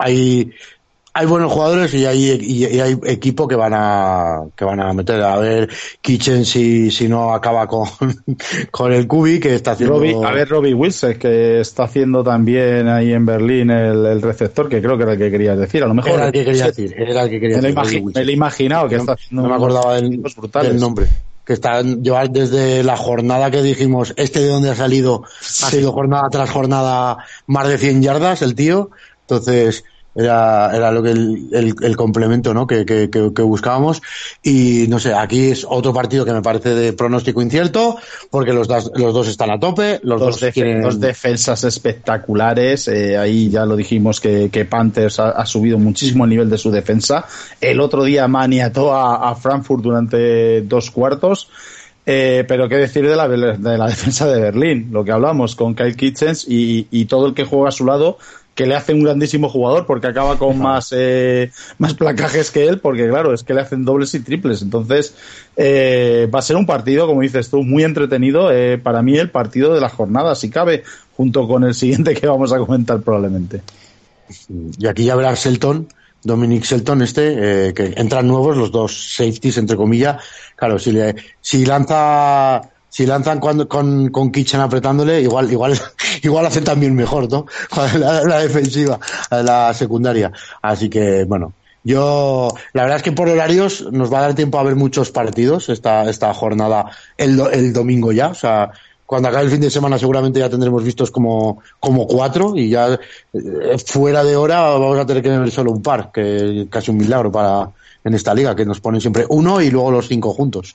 Speaker 2: hay buenos jugadores y hay equipo que van a meter. A ver Kitchen si no acaba con el Kubi, que está haciendo.
Speaker 3: Robbie Wilson, que está haciendo también ahí en Berlín el receptor, que creo que era el que querías decir. A lo mejor
Speaker 2: era el que quería decir.
Speaker 3: Me lo he imaginado que está haciendo.
Speaker 2: No me acordaba del nombre. Que está llevar desde la jornada que dijimos, de dónde ha salido, ha sido jornada tras jornada más de 100 yardas el tío. Entonces era lo que el complemento, ¿no? que buscábamos. Y no sé, aquí es otro partido que me parece de pronóstico incierto, porque los dos están a tope, dos
Speaker 3: defensas espectaculares. Ahí ya lo dijimos que Panthers ha subido muchísimo el nivel de su defensa. El otro día maniató a Frankfurt durante 2 cuartos. Pero qué decir de la defensa de Berlín, lo que hablamos con Kyle Kitchens y todo el que juega a su lado, que le hace un grandísimo jugador, porque acaba con más placajes que él, porque claro, es que le hacen dobles y triples. Entonces va a ser un partido, como dices tú, muy entretenido. Para mí el partido de la jornada, si cabe, junto con el siguiente que vamos a comentar probablemente.
Speaker 2: Y aquí ya verás Dominic Shelton, que entran nuevos, los dos safeties, entre comillas. Claro, si lanzan con Kitchen apretándole, igual hacen también mejor, ¿no? La defensiva, la secundaria. Así que, bueno, la verdad es que por horarios nos va a dar tiempo a ver muchos partidos esta jornada el domingo ya. O sea, cuando acabe el fin de semana seguramente ya tendremos vistos como 4, y ya fuera de hora vamos a tener que ver solo un par, que casi un milagro en esta liga, que nos ponen siempre 1 y luego los 5 juntos.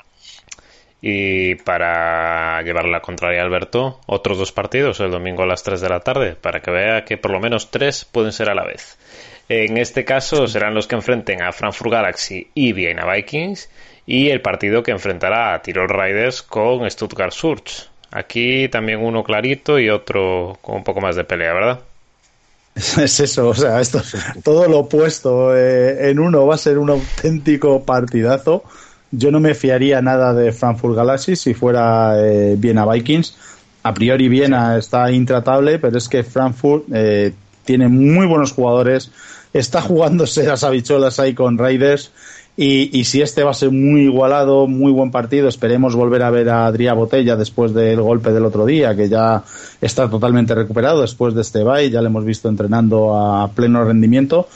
Speaker 1: Y para llevar la contraria a Alberto, otros 2 partidos el domingo a las 3 de la tarde, para que vea que por lo menos 3 pueden ser a la vez. En este caso serán los que enfrenten a Frankfurt Galaxy y Vienna Vikings, y el partido que enfrentará a Tirol Raiders con Stuttgart Surge. Aquí también uno clarito y otro con un poco más de pelea, ¿verdad?
Speaker 3: Es eso, o sea, esto todo lo opuesto en uno. Va a ser un auténtico partidazo. Yo no me fiaría nada de Frankfurt Galaxy si fuera Vienna Vikings. A priori Viena está intratable, pero es que Frankfurt tiene muy buenos jugadores, está jugándose las habichuelas ahí con Raiders, y si va a ser muy igualado, muy buen partido. Esperemos volver a ver a Adrià Botella después del golpe del otro día, que ya está totalmente recuperado después de bye, ya le hemos visto entrenando a pleno rendimiento.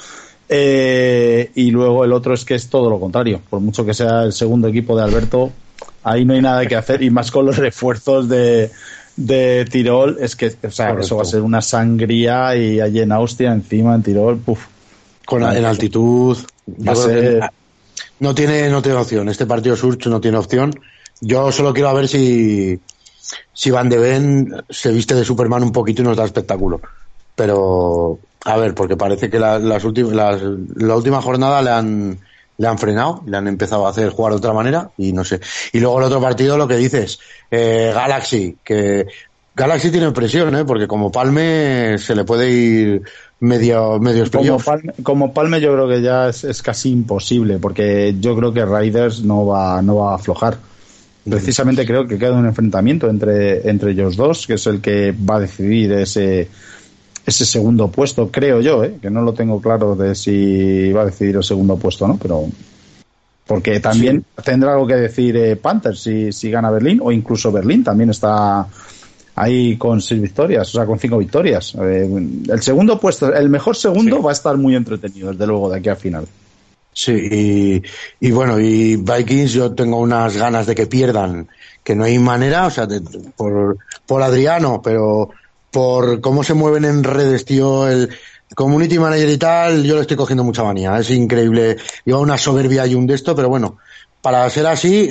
Speaker 3: Y luego el otro es que es todo lo contrario. Por mucho que sea el segundo equipo de Alberto, ahí no hay nada que hacer, y más con los refuerzos de Tirol, es que, o sea, eso va a ser una sangría, y allí en Austria, encima en Tirol, puf.
Speaker 2: En altitud,
Speaker 3: va a ser...
Speaker 2: no tiene opción. Este partido Surch no tiene opción. Yo solo quiero ver si Van de Ven se viste de Superman un poquito y nos da espectáculo. Pero, a ver, porque parece que la última jornada le han frenado, le han empezado a hacer jugar de otra manera, y no sé. Y luego el otro partido, lo que dices, Galaxy Galaxy tiene presión, porque como palme se le puede ir medio
Speaker 3: como palme yo creo que ya es casi imposible, porque yo creo que Raiders no va a aflojar. Precisamente creo que queda un enfrentamiento entre ellos dos, que es el que va a decidir ese segundo puesto, creo yo, que no lo tengo claro de si va a decidir el segundo puesto, ¿no? Pero porque también tendrá algo que decir Panthers si gana Berlín, o incluso Berlín también está ahí con 6 victorias, o sea, con 5 victorias. El segundo puesto, el mejor segundo, va a estar muy entretenido, desde luego, de aquí al final.
Speaker 2: Sí, y bueno, y Vikings, yo tengo unas ganas de que pierdan, que no hay manera, o sea, por Adriano, pero por cómo se mueven en redes, tío, el community manager y tal, yo le estoy cogiendo mucha manía, es increíble, lleva una soberbia y un de esto, pero bueno, para ser así,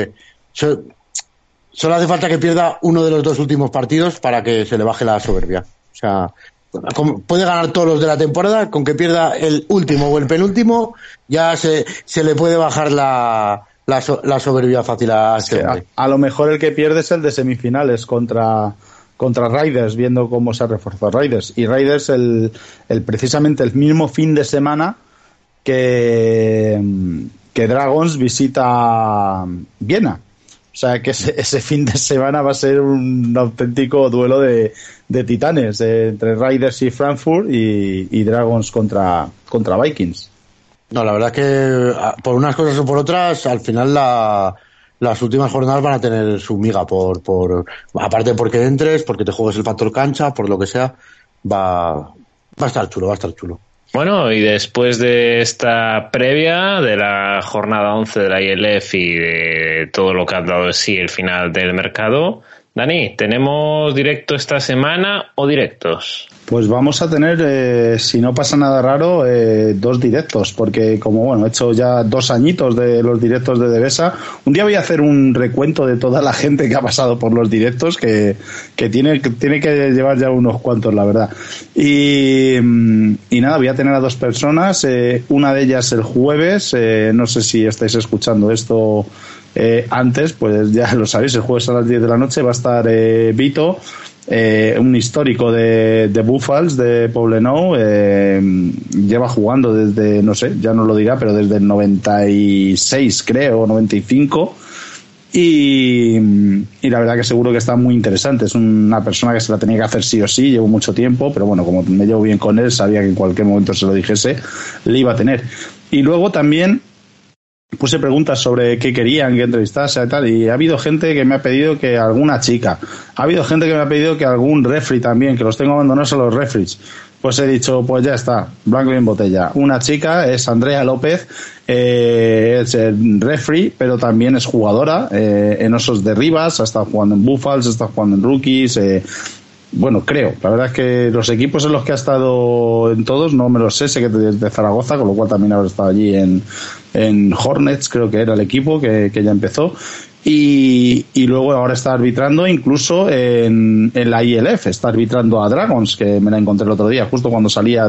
Speaker 2: solo hace falta que pierda uno de los 2 últimos partidos para que se le baje la soberbia. O sea, puede ganar todos los de la temporada, con que pierda el último o el penúltimo, ya se le puede bajar la soberbia fácil a este hombre.
Speaker 3: A lo mejor el que pierde es el de semifinales contra Raiders, viendo cómo se ha reforzado Raiders. Y Raiders precisamente el mismo fin de semana que Dragons visita Viena. O sea que ese fin de semana va a ser un auténtico duelo de titanes, entre Raiders y Frankfurt, y Dragons contra Vikings.
Speaker 2: No, la verdad es que por unas cosas o por otras, al final las últimas jornadas van a tener su miga, aparte porque entres, porque te juegues el factor cancha, por lo que sea, va a estar chulo.
Speaker 1: Bueno, y después de esta previa de la jornada 11 de la ILF y de todo lo que ha dado de sí el final del mercado, Dani, ¿tenemos directo esta semana o directos?
Speaker 3: Pues vamos a tener, si no pasa nada raro, 2 directos, porque como he hecho ya 2 añitos de los directos de Devesa, un día voy a hacer un recuento de toda la gente que ha pasado por los directos, que tiene que llevar ya unos cuantos, la verdad. Y nada, voy a tener a 2 personas, una de ellas el jueves, no sé si estáis escuchando esto antes, pues ya lo sabéis, el jueves a las 10 de la noche va a estar Vito, un histórico de Buffals de Poblenou, lleva jugando desde, no sé, ya no lo dirá, pero desde el 96 creo, 95, y la verdad que seguro que está muy interesante. Es una persona que se la tenía que hacer sí o sí, llevo mucho tiempo, pero bueno, como me llevo bien con él, sabía que en cualquier momento se lo dijese, le iba a tener. Y luego también puse preguntas sobre qué querían que entrevistase y tal, y ha habido gente que me ha pedido que alguna chica, ha habido gente que me ha pedido que algún refri también, que los tengo abandonados a los refris. Pues he dicho, pues ya está, blanco y en botella. Una chica es Andrea López, es refri, pero también es jugadora en Osos de Rivas, ha estado jugando en Buffals, ha estado jugando en Rookies, bueno, creo, la verdad es que los equipos en los que ha estado en todos no me los sé que es de Zaragoza, con lo cual también habrá estado allí en Hornets, creo que era el equipo que ya empezó, y luego ahora está arbitrando incluso en la ILF, está arbitrando a Dragons, que me la encontré el otro día, justo cuando salía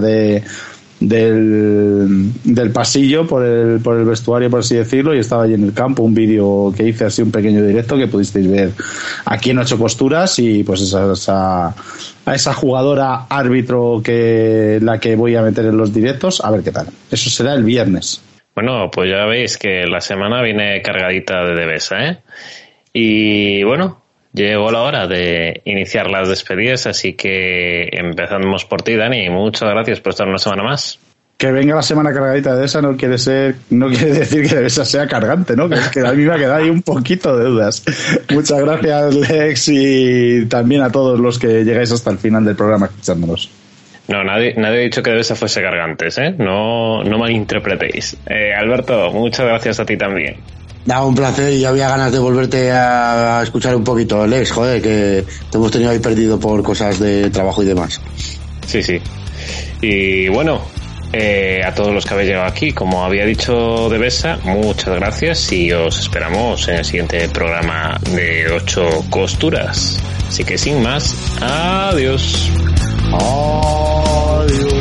Speaker 3: del pasillo por el vestuario, por así decirlo, y estaba allí en el campo. Un vídeo que hice, así un pequeño directo que pudisteis ver aquí en 8 Costuras, y pues a esa jugadora árbitro la que voy a meter en los directos, a ver qué tal. Eso será el viernes.
Speaker 1: Bueno, pues ya veis que la semana viene cargadita de Devesa, y bueno, llegó la hora de iniciar las despedidas, así que empezamos por ti, Dani. Muchas gracias por estar una semana más.
Speaker 3: Que venga la semana cargadita de esa no quiere decir que esa sea cargante, ¿no? Que es que a mí me ha quedado ahí un poquito de dudas. Muchas gracias, Lex, y también a todos los que llegáis hasta el final del programa escuchándonos.
Speaker 1: No, nadie ha dicho que Devesa fuese Gargantes, ¿eh? No malinterpretéis. Alberto, muchas gracias a ti también.
Speaker 2: Da un placer y había ganas de volverte a escuchar un poquito, Lex, joder, que te hemos tenido ahí perdido por cosas de trabajo y demás.
Speaker 1: Sí. Y bueno, a todos los que habéis llegado aquí, como había dicho Devesa, muchas gracias y os esperamos en el siguiente programa de 8 costuras. Así que sin más, adiós.
Speaker 2: Adiós.